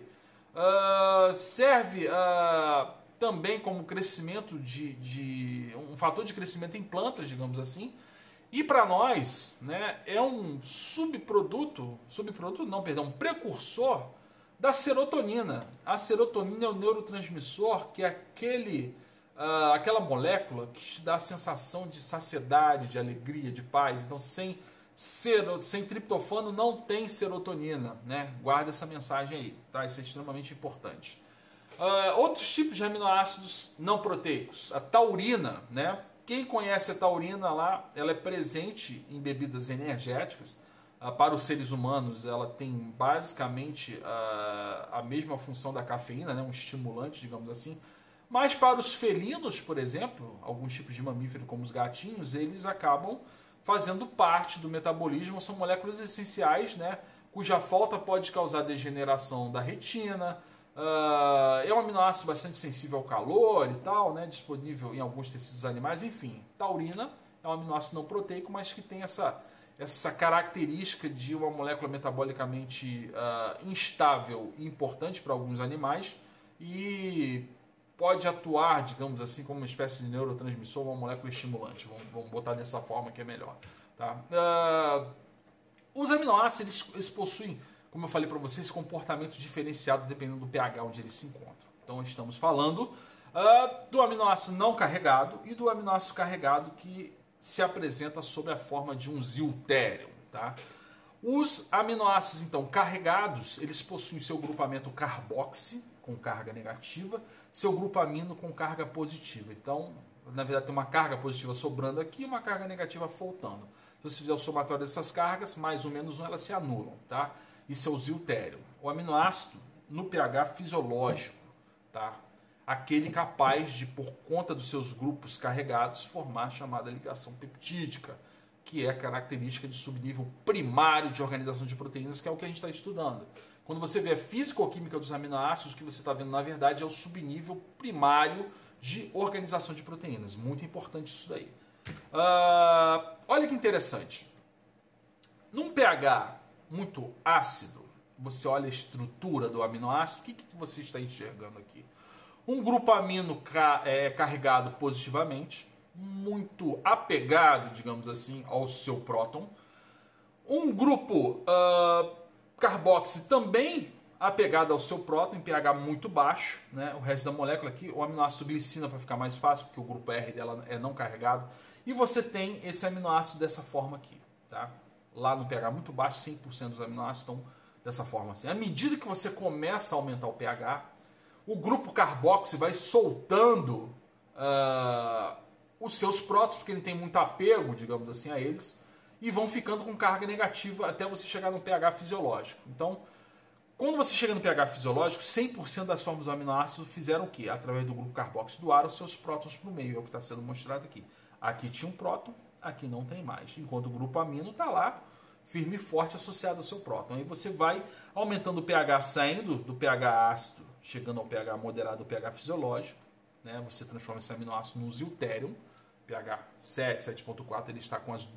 Serve também como crescimento um fator de crescimento em plantas, digamos assim. E para nós, né, é um um precursor da serotonina. A serotonina é o neurotransmissor, que é aquela molécula que te dá a sensação de saciedade, de alegria, de paz. Então, sem triptofano não tem serotonina, né? Guarda essa mensagem aí, tá? Isso é extremamente importante. Outros tipos de aminoácidos não proteicos. A taurina, né? Quem conhece a taurina lá, ela é presente em bebidas energéticas. Para os seres humanos, ela tem basicamente a mesma função da cafeína, né? Um estimulante, digamos assim. Mas para os felinos, por exemplo, alguns tipos de mamíferos como os gatinhos, eles acabam fazendo parte do metabolismo, são moléculas essenciais, né? Cuja falta pode causar degeneração da retina. É um aminoácido bastante sensível ao calor e tal, né? Disponível em alguns tecidos animais, enfim. Taurina é um aminoácido não proteico, mas que tem essa característica de uma molécula metabolicamente instável e importante para alguns animais e pode atuar, digamos assim, como uma espécie de neurotransmissor, uma molécula estimulante. Vamos botar dessa forma que é melhor. Tá? Os aminoácidos eles possuem, como eu falei para vocês, comportamento diferenciado dependendo do pH onde eles se encontram. Então estamos falando do aminoácido não carregado e do aminoácido carregado que se apresenta sob a forma de um ziltério. Tá? Os aminoácidos então carregados, eles possuem seu grupamento carboxi com carga negativa, seu grupo amino com carga positiva. Então, na verdade, tem uma carga positiva sobrando aqui e uma carga negativa faltando. Se você fizer o somatório dessas cargas, mais ou menos elas se anulam. Tá? Isso é o ziltério. O aminoácido no pH fisiológico, tá? Aquele capaz de, por conta dos seus grupos carregados, formar a chamada ligação peptídica, que é característica de subnível primário de organização de proteínas, que é o que a gente está estudando. Quando você vê a fisicoquímica dos aminoácidos, o que você está vendo, na verdade, é o subnível primário de organização de proteínas. Muito importante isso daí. Olha que interessante. Num pH muito ácido, você olha a estrutura do aminoácido, o que você está enxergando aqui? Um grupo amino carregado positivamente, muito apegado, digamos assim, ao seu próton. Um grupo carboxi também apegado ao seu próton, em pH muito baixo, né? O resto da molécula aqui, o aminoácido glicina para ficar mais fácil, porque o grupo R dela é não carregado. E você tem esse aminoácido dessa forma aqui, tá? Lá no pH muito baixo, 100% dos aminoácidos estão dessa forma assim. À medida que você começa a aumentar o pH, o grupo carboxi vai soltando os seus prótons, porque ele tem muito apego, digamos assim, a eles, e vão ficando com carga negativa até você chegar no pH fisiológico. Então, quando você chega no pH fisiológico, 100% das formas do aminoácido fizeram o quê? Através do grupo carboxi doaram os seus prótons para o meio, é o que está sendo mostrado aqui. Aqui tinha um próton, aqui não tem mais. Enquanto o grupo amino está lá, firme e forte, associado ao seu próton. Aí você vai aumentando o pH, saindo do pH ácido, chegando ao pH moderado, o pH fisiológico, né? Você transforma esse aminoácido no ziltério, pH 7, 7.4, ele está com as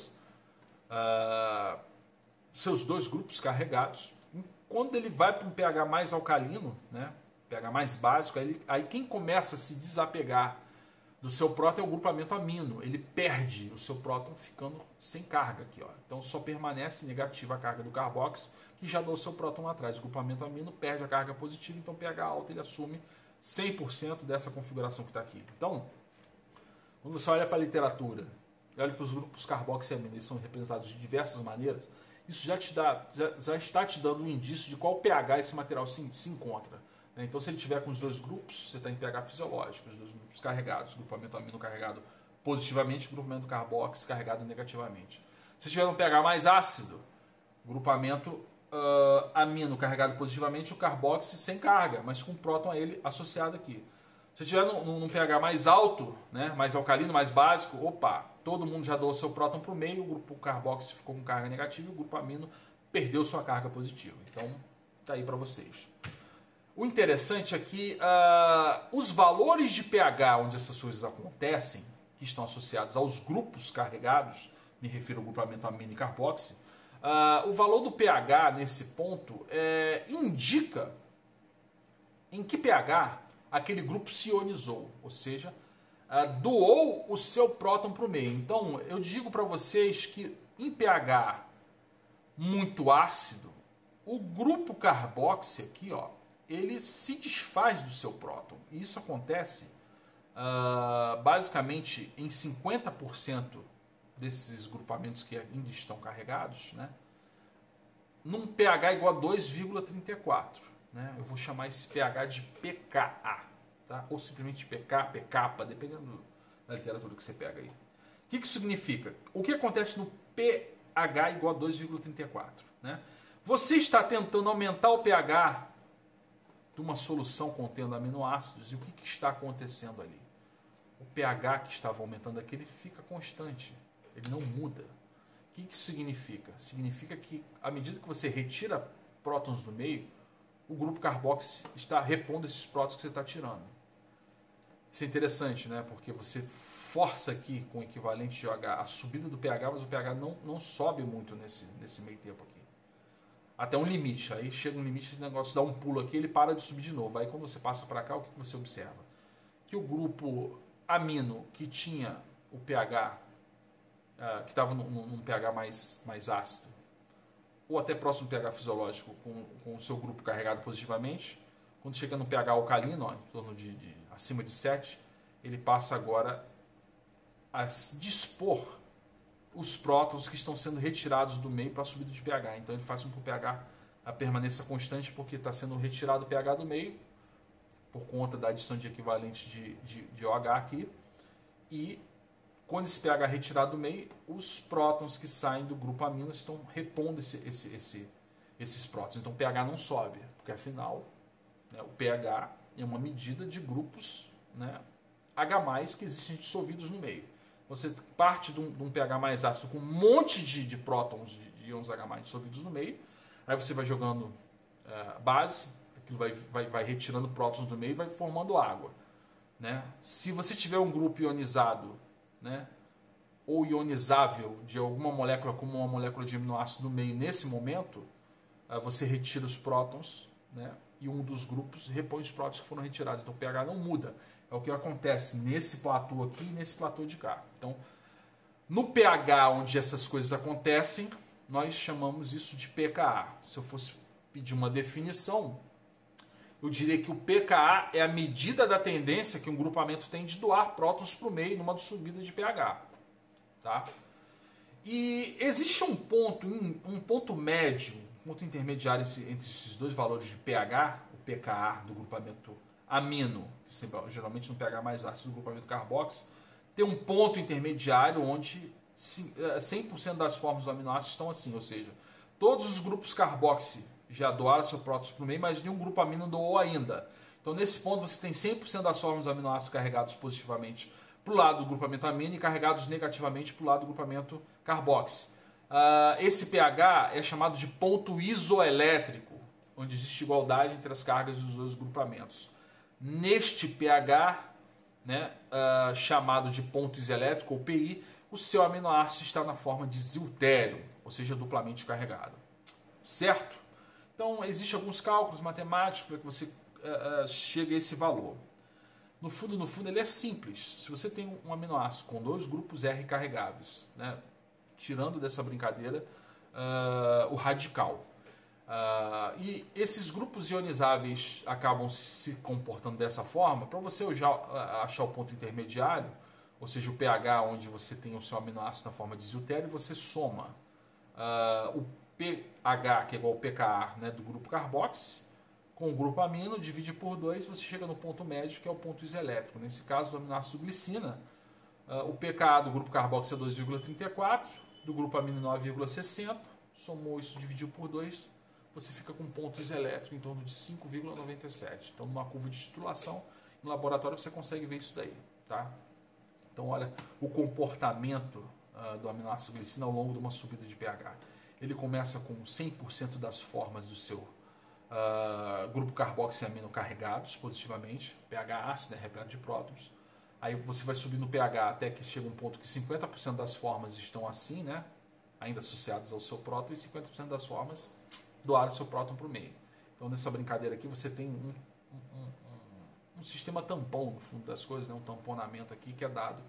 seus dois grupos carregados. Quando ele vai para um pH mais alcalino, né? pH mais básico, aí quem começa a se desapegar do seu próton é o grupamento amino. Ele perde o seu próton ficando sem carga aqui, ó. Então só permanece negativa a carga do carboxy, que já deu o seu próton lá atrás. O grupamento amino perde a carga positiva, então pH alta ele assume 100% dessa configuração que está aqui. Então, quando você olha para a literatura, olha para os grupos carboxiamina, eles são representados de diversas maneiras, isso já está te dando um indício de qual pH esse material se encontra. Então, se ele tiver com os dois grupos, você está em pH fisiológico, os dois grupos carregados, grupamento amino carregado positivamente, grupamento carboxy carregado negativamente. Se tiver um pH mais ácido, grupamento amino carregado positivamente, o carboxy sem carga, mas com próton a ele associado aqui. Se tiver num pH mais alto, né, mais alcalino, mais básico, opa, todo mundo já doou seu próton para o meio, o grupo carboxy ficou com carga negativa e o grupo amino perdeu sua carga positiva. Então, tá aí para vocês. O interessante é que os valores de pH onde essas coisas acontecem, que estão associados aos grupos carregados, me refiro ao grupamento amino e carboxy, o valor do pH nesse ponto indica em que pH aquele grupo se ionizou, ou seja, doou o seu próton para o meio. Então, eu digo para vocês que em pH muito ácido, o grupo carboxy aqui, ó, ele se desfaz do seu próton. E isso acontece basicamente em 50% desses grupamentos que ainda estão carregados, né, num pH igual a 2,34. Né? Eu vou chamar esse pH de pKa, tá? Ou simplesmente pK, pK, dependendo da literatura que você pega aí. O que isso significa? O que acontece no pH igual a 2,34? Né? Você está tentando aumentar o pH de uma solução contendo aminoácidos e o que está acontecendo ali? O pH que estava aumentando aqui, ele fica constante, ele não muda. O que isso significa? Significa que à medida que você retira prótons do meio, o grupo carboxy está repondo esses prótons que você está tirando. Isso é interessante, né? Porque você força aqui com o equivalente de OH a subida do pH, mas o pH não sobe muito nesse meio tempo aqui. Até um limite. Aí chega um limite, esse negócio dá um pulo aqui, ele para de subir de novo. Aí quando você passa para cá, o que você observa? Que o grupo amino que tinha o pH, que estava num pH mais ácido, ou até próximo do pH fisiológico, com o seu grupo carregado positivamente, quando chega no pH alcalino, ó, em torno de acima de 7, ele passa agora a dispor os prótons que estão sendo retirados do meio para a subida de pH. Então ele faz com que o pH permaneça constante, porque está sendo retirado o pH do meio, por conta da adição de equivalente de OH aqui, e quando esse pH é retirado do meio, os prótons que saem do grupo amino estão repondo esses prótons. Então o pH não sobe, porque afinal, né, o pH é uma medida de grupos, né, H+, que existem dissolvidos no meio. Você parte de um pH mais ácido com um monte de prótons, de íons H+ dissolvidos no meio, aí você vai jogando base, aquilo vai retirando prótons do meio e vai formando água. Né? Se você tiver um grupo ionizado, né, ou ionizável de alguma molécula, como uma molécula de aminoácido no meio, nesse momento, você retira os prótons, né, e um dos grupos repõe os prótons que foram retirados. Então o pH não muda. É o que acontece nesse platô aqui e nesse platô de cá. Então, no pH onde essas coisas acontecem, nós chamamos isso de pKa. Se eu fosse pedir uma definição, eu diria que o pKa é a medida da tendência que um grupamento tem de doar prótons para o meio numa subida de pH. Tá? E existe um ponto médio, um ponto intermediário entre esses dois valores de pH, o pKa do grupamento amino, que geralmente no pH mais ácido do grupamento carboxy, tem um ponto intermediário onde 100% das formas do aminoácido estão assim, ou seja, todos os grupos carboxy já doaram seu prótons para o meio, mas nenhum grupo amino doou ainda. Então nesse ponto você tem 100% das formas do aminoácido carregados positivamente para o lado do grupamento amino e carregados negativamente para o lado do grupamento carboxy. Esse pH é chamado de ponto isoelétrico, onde existe igualdade entre as cargas dos dois grupamentos. Neste pH, né, chamado de ponto isoelétrico, ou PI, o seu aminoácido está na forma de ziltério, ou seja, duplamente carregado. Certo? Então, existem alguns cálculos matemáticos para que você chegue a esse valor. No fundo, ele é simples. Se você tem um aminoácido com dois grupos R carregáveis, né, tirando dessa brincadeira o radical, E esses grupos ionizáveis acabam se comportando dessa forma. Para você já achar o ponto intermediário, ou seja, o pH onde você tem o seu aminoácido na forma de deutério, você soma o pH, que é igual ao pKa, né, do grupo carboxy, com o grupo amino, divide por 2, você chega no ponto médio, que é o ponto iselétrico. Nesse caso, do aminoácido glicina, o pKa do grupo carboxy é 2,34, do grupo amino 9,60, somou isso, dividiu por 2, você fica com um ponto iselétrico em torno de 5,97. Então, numa curva de titulação, no laboratório você consegue ver isso daí. Tá? Então, olha o comportamento do aminoácido glicina ao longo de uma subida de pH. Ele começa com 100% das formas do seu grupo carboxy e amino carregados positivamente, pH ácido, né, repleto de prótons. Aí você vai subir no pH até que chega um ponto que 50% das formas estão assim, né, ainda associadas ao seu próton, e 50% das formas doaram o seu próton para o meio. Então, nessa brincadeira aqui, você tem um sistema tampão, no fundo das coisas, né, um tamponamento aqui que é dado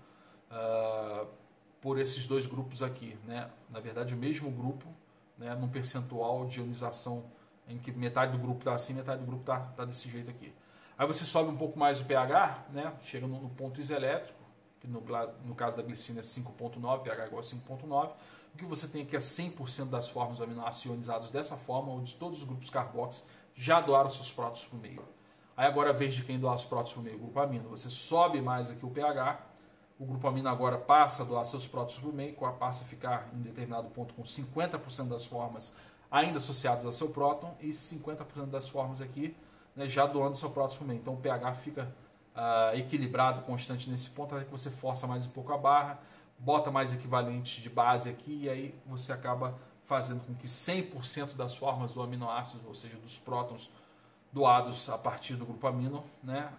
por esses dois grupos aqui. Né? Na verdade, o mesmo grupo, né, num percentual de ionização em que metade do grupo está assim, metade do grupo está desse jeito aqui. Aí você sobe um pouco mais o pH, né, chega no ponto iselétrico, que no caso da glicina é 5,9, pH igual a 5,9. O que você tem aqui é 100% das formas do aminoácido ionizados dessa forma, onde todos os grupos carboxy já doaram seus prótons para o meio. Aí agora a vez de quem doar os prótons para o meio, o grupo amino. Você sobe mais aqui o pH, o grupo amino agora passa a doar seus prótons para o meio, passa a ficar em determinado ponto com 50% das formas ainda associadas ao seu próton e 50% das formas aqui, né, já doando seu próton para o meio. Então o pH fica equilibrado, constante nesse ponto, até que você força mais um pouco a barra, bota mais equivalentes de base aqui, e aí você acaba fazendo com que 100% das formas do aminoácido, ou seja, dos prótons doados a partir do grupo amino, né,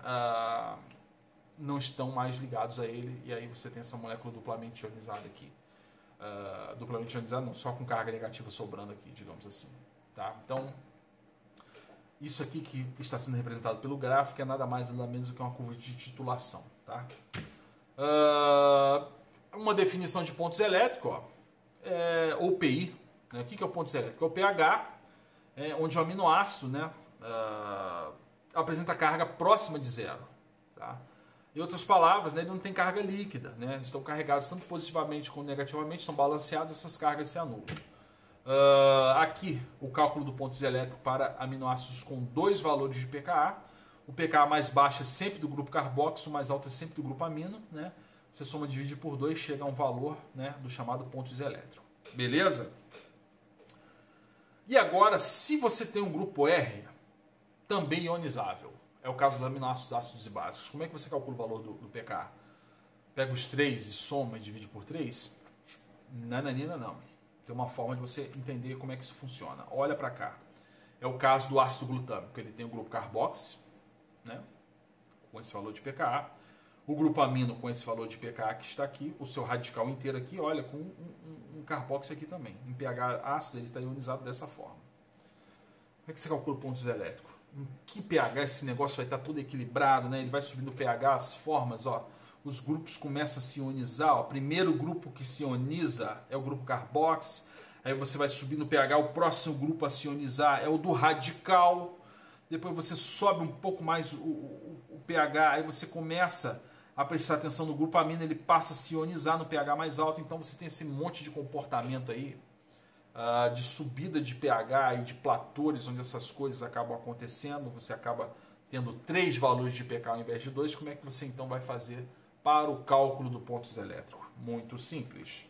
não estão mais ligados a ele, e aí você tem essa molécula duplamente ionizada aqui. Duplamente ionizada não, só com carga negativa sobrando aqui, digamos assim. Tá? Então, isso aqui que está sendo representado pelo gráfico é nada mais nada menos do que uma curva de titulação. Tá? Uma definição de pontos elétricos, ou PI. Né? O que é o ponto elétrico? É o pH, onde o aminoácido, né, apresenta carga próxima de zero. Tá? Em outras palavras, né, ele não tem carga líquida. Né? Estão carregados tanto positivamente como negativamente, estão balanceados, essas cargas se anulam. Aqui, o cálculo do ponto iselétrico para aminoácidos com dois valores de pKa. O pKa mais baixo é sempre do grupo carboxo, o mais alto é sempre do grupo amino. Né? Você soma e divide por 2, chega a um valor, né, do chamado ponto iselétrico. Beleza? E agora, se você tem um grupo R, também ionizável, é o caso dos aminoácidos ácidos e básicos, como é que você calcula o valor do pKa? Pega os 3 e soma e divide por 3? Nananina não. Tem uma forma de você entender como é que isso funciona. Olha para cá. É o caso do ácido glutâmico. Ele tem o grupo carboxy, né, com esse valor de pKa. O grupo amino com esse valor de pKa que está aqui. O seu radical inteiro aqui, olha, com um carboxy aqui também. Em pH ácido, ele está ionizado dessa forma. Como é que você calcula pontos elétricos? Em que pH esse negócio vai estar todo equilibrado, né? Ele vai subindo o pH, as formas, ó. Os grupos começam a se ionizar. O primeiro grupo que se ioniza é o grupo carboxy. Aí você vai subir no pH. O próximo grupo a se ionizar é o do radical. Depois você sobe um pouco mais o pH. Aí você começa a prestar atenção no grupo amino. Ele passa a se ionizar no pH mais alto. Então você tem esse monte de comportamento aí, de subida de pH e de platores, onde essas coisas acabam acontecendo. Você acaba tendo 3 valores de pK ao invés de 2. Como é que você então vai fazer para o cálculo do ponto iselétrico? Muito simples.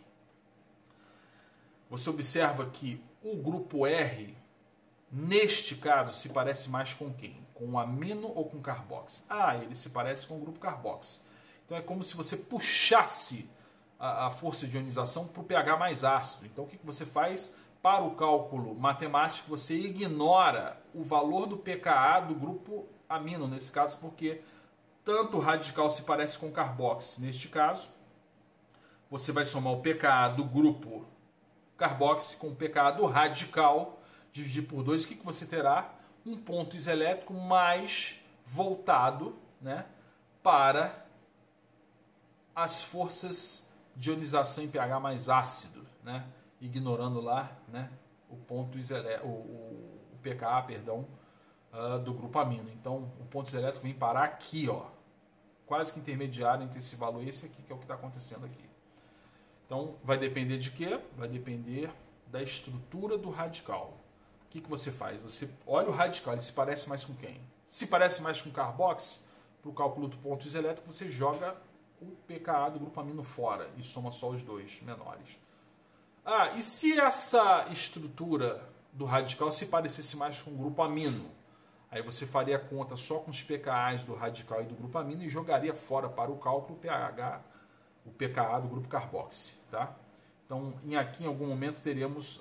Você observa que o grupo R, neste caso, se parece mais com quem? Com o amino ou com o carboxy? Ele se parece com o grupo carboxy. Então é como se você puxasse a força de ionização para o pH mais ácido. Então o que você faz? Para o cálculo matemático, você ignora o valor do pKa do grupo amino, nesse caso, porque tanto o radical se parece com o carboxy. Neste caso, você vai somar o pKa do grupo carboxy com o pKa do radical, dividir por 2. O que você terá? Um ponto iselétrico mais voltado, né, para as forças de ionização em pH mais ácido, né, ignorando lá, né, o pKa, perdão, do grupo amino. Então, o ponto isoelétrico vem parar aqui, ó, quase que intermediário entre esse valor e esse aqui, que é o que está acontecendo aqui. Então, vai depender de quê? Vai depender da estrutura do radical. O que você faz? Você olha o radical, ele se parece mais com quem? Se parece mais com carboxy, para o cálculo do ponto isoelétrico, você joga o pKa do grupo amino fora e soma só os dois menores. E se essa estrutura do radical se parecesse mais com o grupo amino? Aí você faria a conta só com os pKa's do radical e do grupo amino e jogaria fora para o cálculo o pKa do grupo carboxy. Tá? Então, aqui em algum momento teremos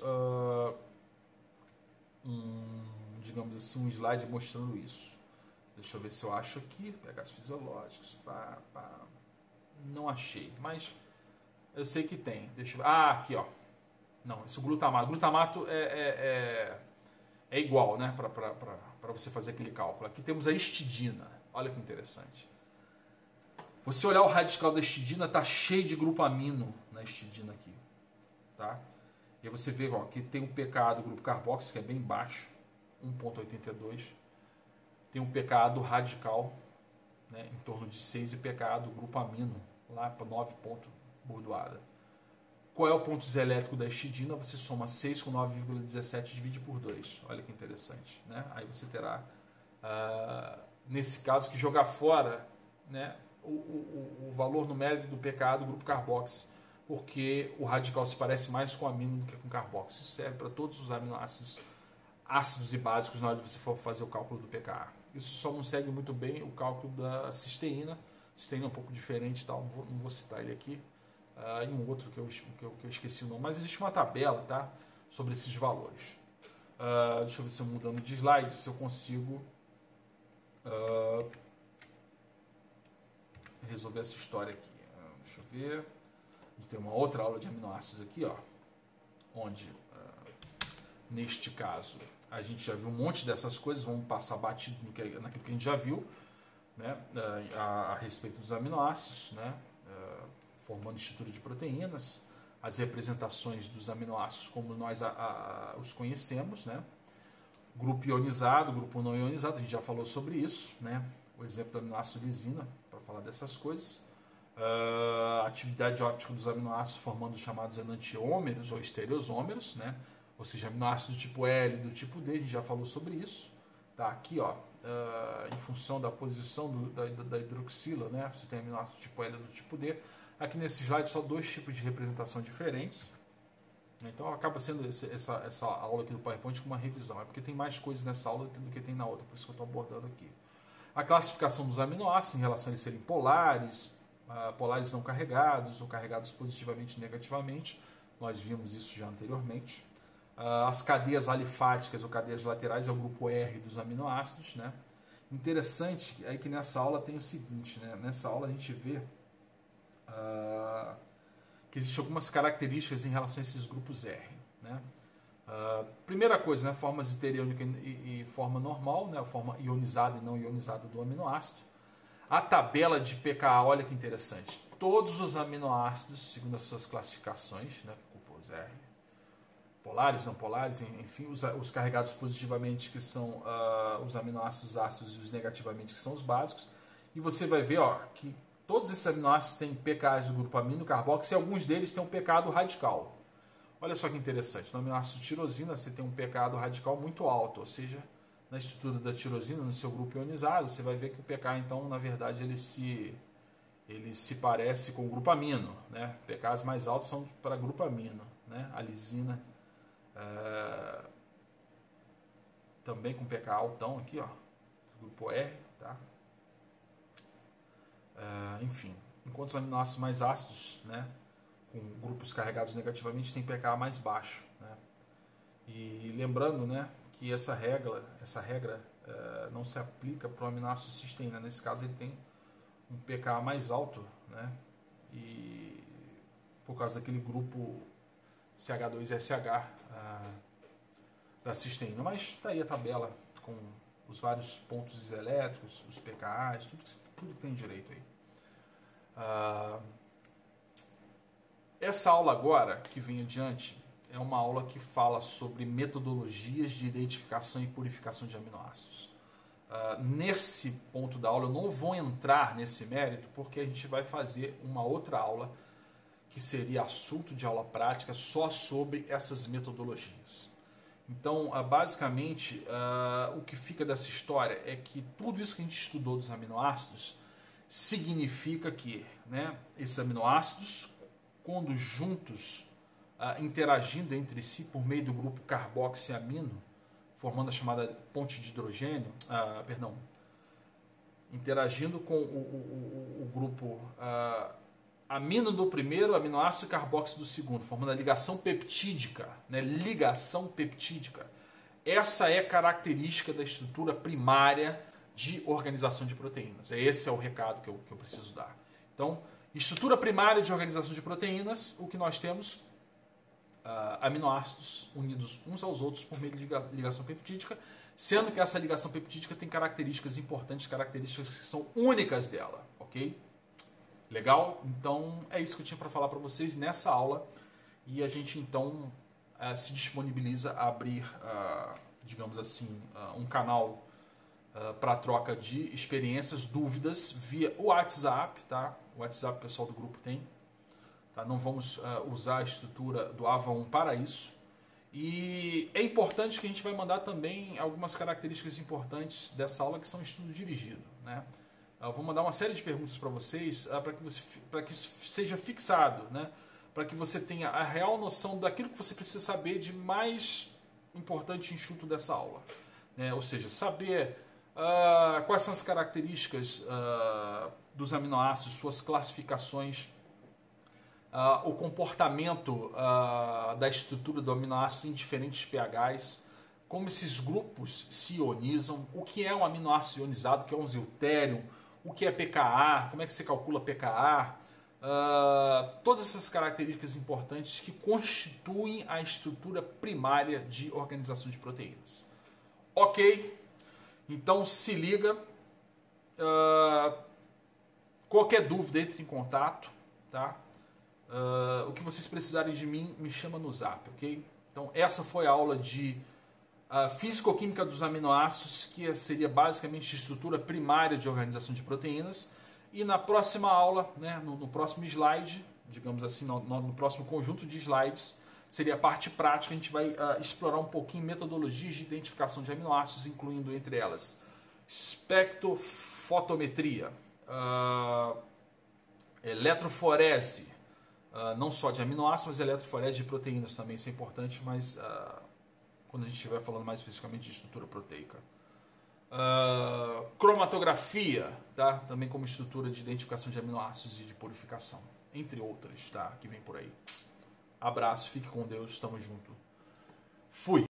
digamos assim, um slide mostrando isso. Deixa eu ver se eu acho aqui. pHs fisiológicos. Não achei, mas eu sei que tem. Deixa eu ver. Aqui, ó. Não, esse glutamato. Glutamato é igual, né? Para você fazer aquele cálculo. Aqui temos a histidina. Olha que interessante. Você olhar o radical da histidina, tá cheio de grupo amino na histidina aqui. Tá? E aí você vê, ó, que tem um pKa do grupo carboxy, que é bem baixo, 1,82. Tem um pKa do radical, né, em torno de 6, e pKa do grupo amino, lá para 9 ponto bordoada. Qual é o ponto isoelétrico da histidina? Você soma 6 com 9,17 e divide por 2. Olha que interessante. Né? Aí você terá, nesse caso, que jogar fora, né, o valor numérico do pKa do grupo carboxy, porque o radical se parece mais com amino do que com carboxy. Isso serve para todos os aminoácidos ácidos e básicos na hora de você for fazer o cálculo do pKa. Isso só não segue muito bem o cálculo da cisteína. Cisteína é um pouco diferente, tal, não vou citar ele aqui. E um outro que eu esqueci o nome. Mas existe uma tabela, tá, sobre esses valores. Deixa eu ver se eu mudando de slide, se eu consigo resolver essa história aqui. Deixa eu ver. A gente tem uma outra aula de aminoácidos aqui, ó, onde, neste caso, a gente já viu um monte dessas coisas. Vamos passar batido naquilo que a gente já viu, né, a respeito dos aminoácidos, né, formando estrutura de proteínas, as representações dos aminoácidos como nós os conhecemos, né, grupo ionizado, grupo não ionizado, a gente já falou sobre isso, né, o exemplo do aminoácido lisina, para falar dessas coisas, a atividade óptica dos aminoácidos formando os chamados enantiômeros ou estereosômeros, né, ou seja, aminoácidos do tipo L e do tipo D, a gente já falou sobre isso. Tá, aqui, ó, em função da posição da hidroxila, né, você tem aminoácidos do tipo L e do tipo D. Aqui nesse slide só 2 tipos de representação diferentes. Então acaba sendo essa aula aqui do PowerPoint com uma revisão. É porque tem mais coisas nessa aula do que tem na outra, por isso que eu estou abordando aqui. A classificação dos aminoácidos em relação a eles serem polares, polares não carregados ou carregados positivamente e negativamente. Nós vimos isso já anteriormente. As cadeias alifáticas ou cadeias laterais é o grupo R dos aminoácidos, né? Interessante é que nessa aula tem o seguinte, né? Nessa aula a gente vê que existem algumas características em relação a esses grupos R, né? Primeira coisa, né? Formas teriônica e forma normal, né? Forma ionizada e não ionizada do aminoácido. A tabela de pKa, olha que interessante. Todos os aminoácidos, segundo as suas classificações, né? Grupos R, polares, não polares, enfim, os carregados positivamente, que são os aminoácidos ácidos, e os negativamente, que são os básicos. E você vai ver, ó, que todos esses aminoácidos têm pKa's do grupo amino, carboxy, e alguns deles têm um pKa do radical. Olha só que interessante. No aminoácido tirosina, você tem um pKa do radical muito alto, ou seja, na estrutura da tirosina, no seu grupo ionizado, você vai ver que o pKa, então, na verdade, ele se parece com o grupo amino, né? pKa's mais altos são para grupo amino, né? A lisina também com pKa altão aqui, ó, grupo R, tá? Enfim, enquanto os aminoácidos mais ácidos, né, com grupos carregados negativamente, tem pKa mais baixo, né? E lembrando, né, que essa regra não se aplica para o aminoácido cisteína. Nesse caso ele tem um pKa mais alto, né, e por causa daquele grupo CH2SH da cisteína. Mas está aí a tabela com os vários pontos elétricos, os pKa's, tudo que tem direito aí. Essa aula agora, que vem adiante, é uma aula que fala sobre metodologias de identificação e purificação de aminoácidos. Nesse ponto da aula eu não vou entrar nesse mérito, porque a gente vai fazer uma outra aula que seria assunto de aula prática só sobre essas metodologias. Então, basicamente, o que fica dessa história é que tudo isso que a gente estudou dos aminoácidos significa que, né, esses aminoácidos, quando juntos, interagindo entre si por meio do grupo carboxiamino, formando a chamada ponte de hidrogênio, interagindo com o grupo amino do primeiro, aminoácido e carboxo do segundo, formando a ligação peptídica, né? Ligação peptídica. Essa é característica da estrutura primária de organização de proteínas. Esse é o recado que eu preciso dar. Então, estrutura primária de organização de proteínas, o que nós temos? Aminoácidos unidos uns aos outros por meio de ligação peptídica, sendo que essa ligação peptídica tem características importantes, características que são únicas dela, ok? Legal? Então é isso que eu tinha para falar para vocês nessa aula, e a gente então se disponibiliza a abrir, digamos assim, um canal para troca de experiências, dúvidas via o WhatsApp, tá? O WhatsApp o pessoal do grupo tem. Tá? Não vamos usar a estrutura do AVA1 para isso. E é importante que a gente vai mandar também algumas características importantes dessa aula que são estudo dirigido. Né? Eu vou mandar uma série de perguntas para vocês para que isso seja fixado, né? Para que você tenha a real noção daquilo que você precisa saber de mais importante e enxuto dessa aula. Né? Ou seja, saber quais são as características dos aminoácidos, suas classificações, o comportamento da estrutura do aminoácido em diferentes pHs, como esses grupos se ionizam, o que é um aminoácido ionizado, o que é um deutérium, o que é pKa, como é que se calcula pKa, todas essas características importantes que constituem a estrutura primária de organização de proteínas. Ok? Então se liga, qualquer dúvida entre em contato, tá? O que vocês precisarem de mim, me chama no zap, ok? Então essa foi a aula de físico-química dos aminoácidos, que seria basicamente a estrutura primária de organização de proteínas. E na próxima aula, né, no próximo slide, digamos assim, no próximo conjunto de slides, seria a parte prática. A gente vai explorar um pouquinho metodologias de identificação de aminoácidos, incluindo entre elas espectrofotometria, eletroforese, não só de aminoácidos, mas eletroforese de proteínas também, isso é importante, mas quando a gente estiver falando mais especificamente de estrutura proteica. Cromatografia, tá? Também como estrutura de identificação de aminoácidos e de purificação, entre outras, tá? Que vem por aí. Abraço, fique com Deus, tamo junto. Fui!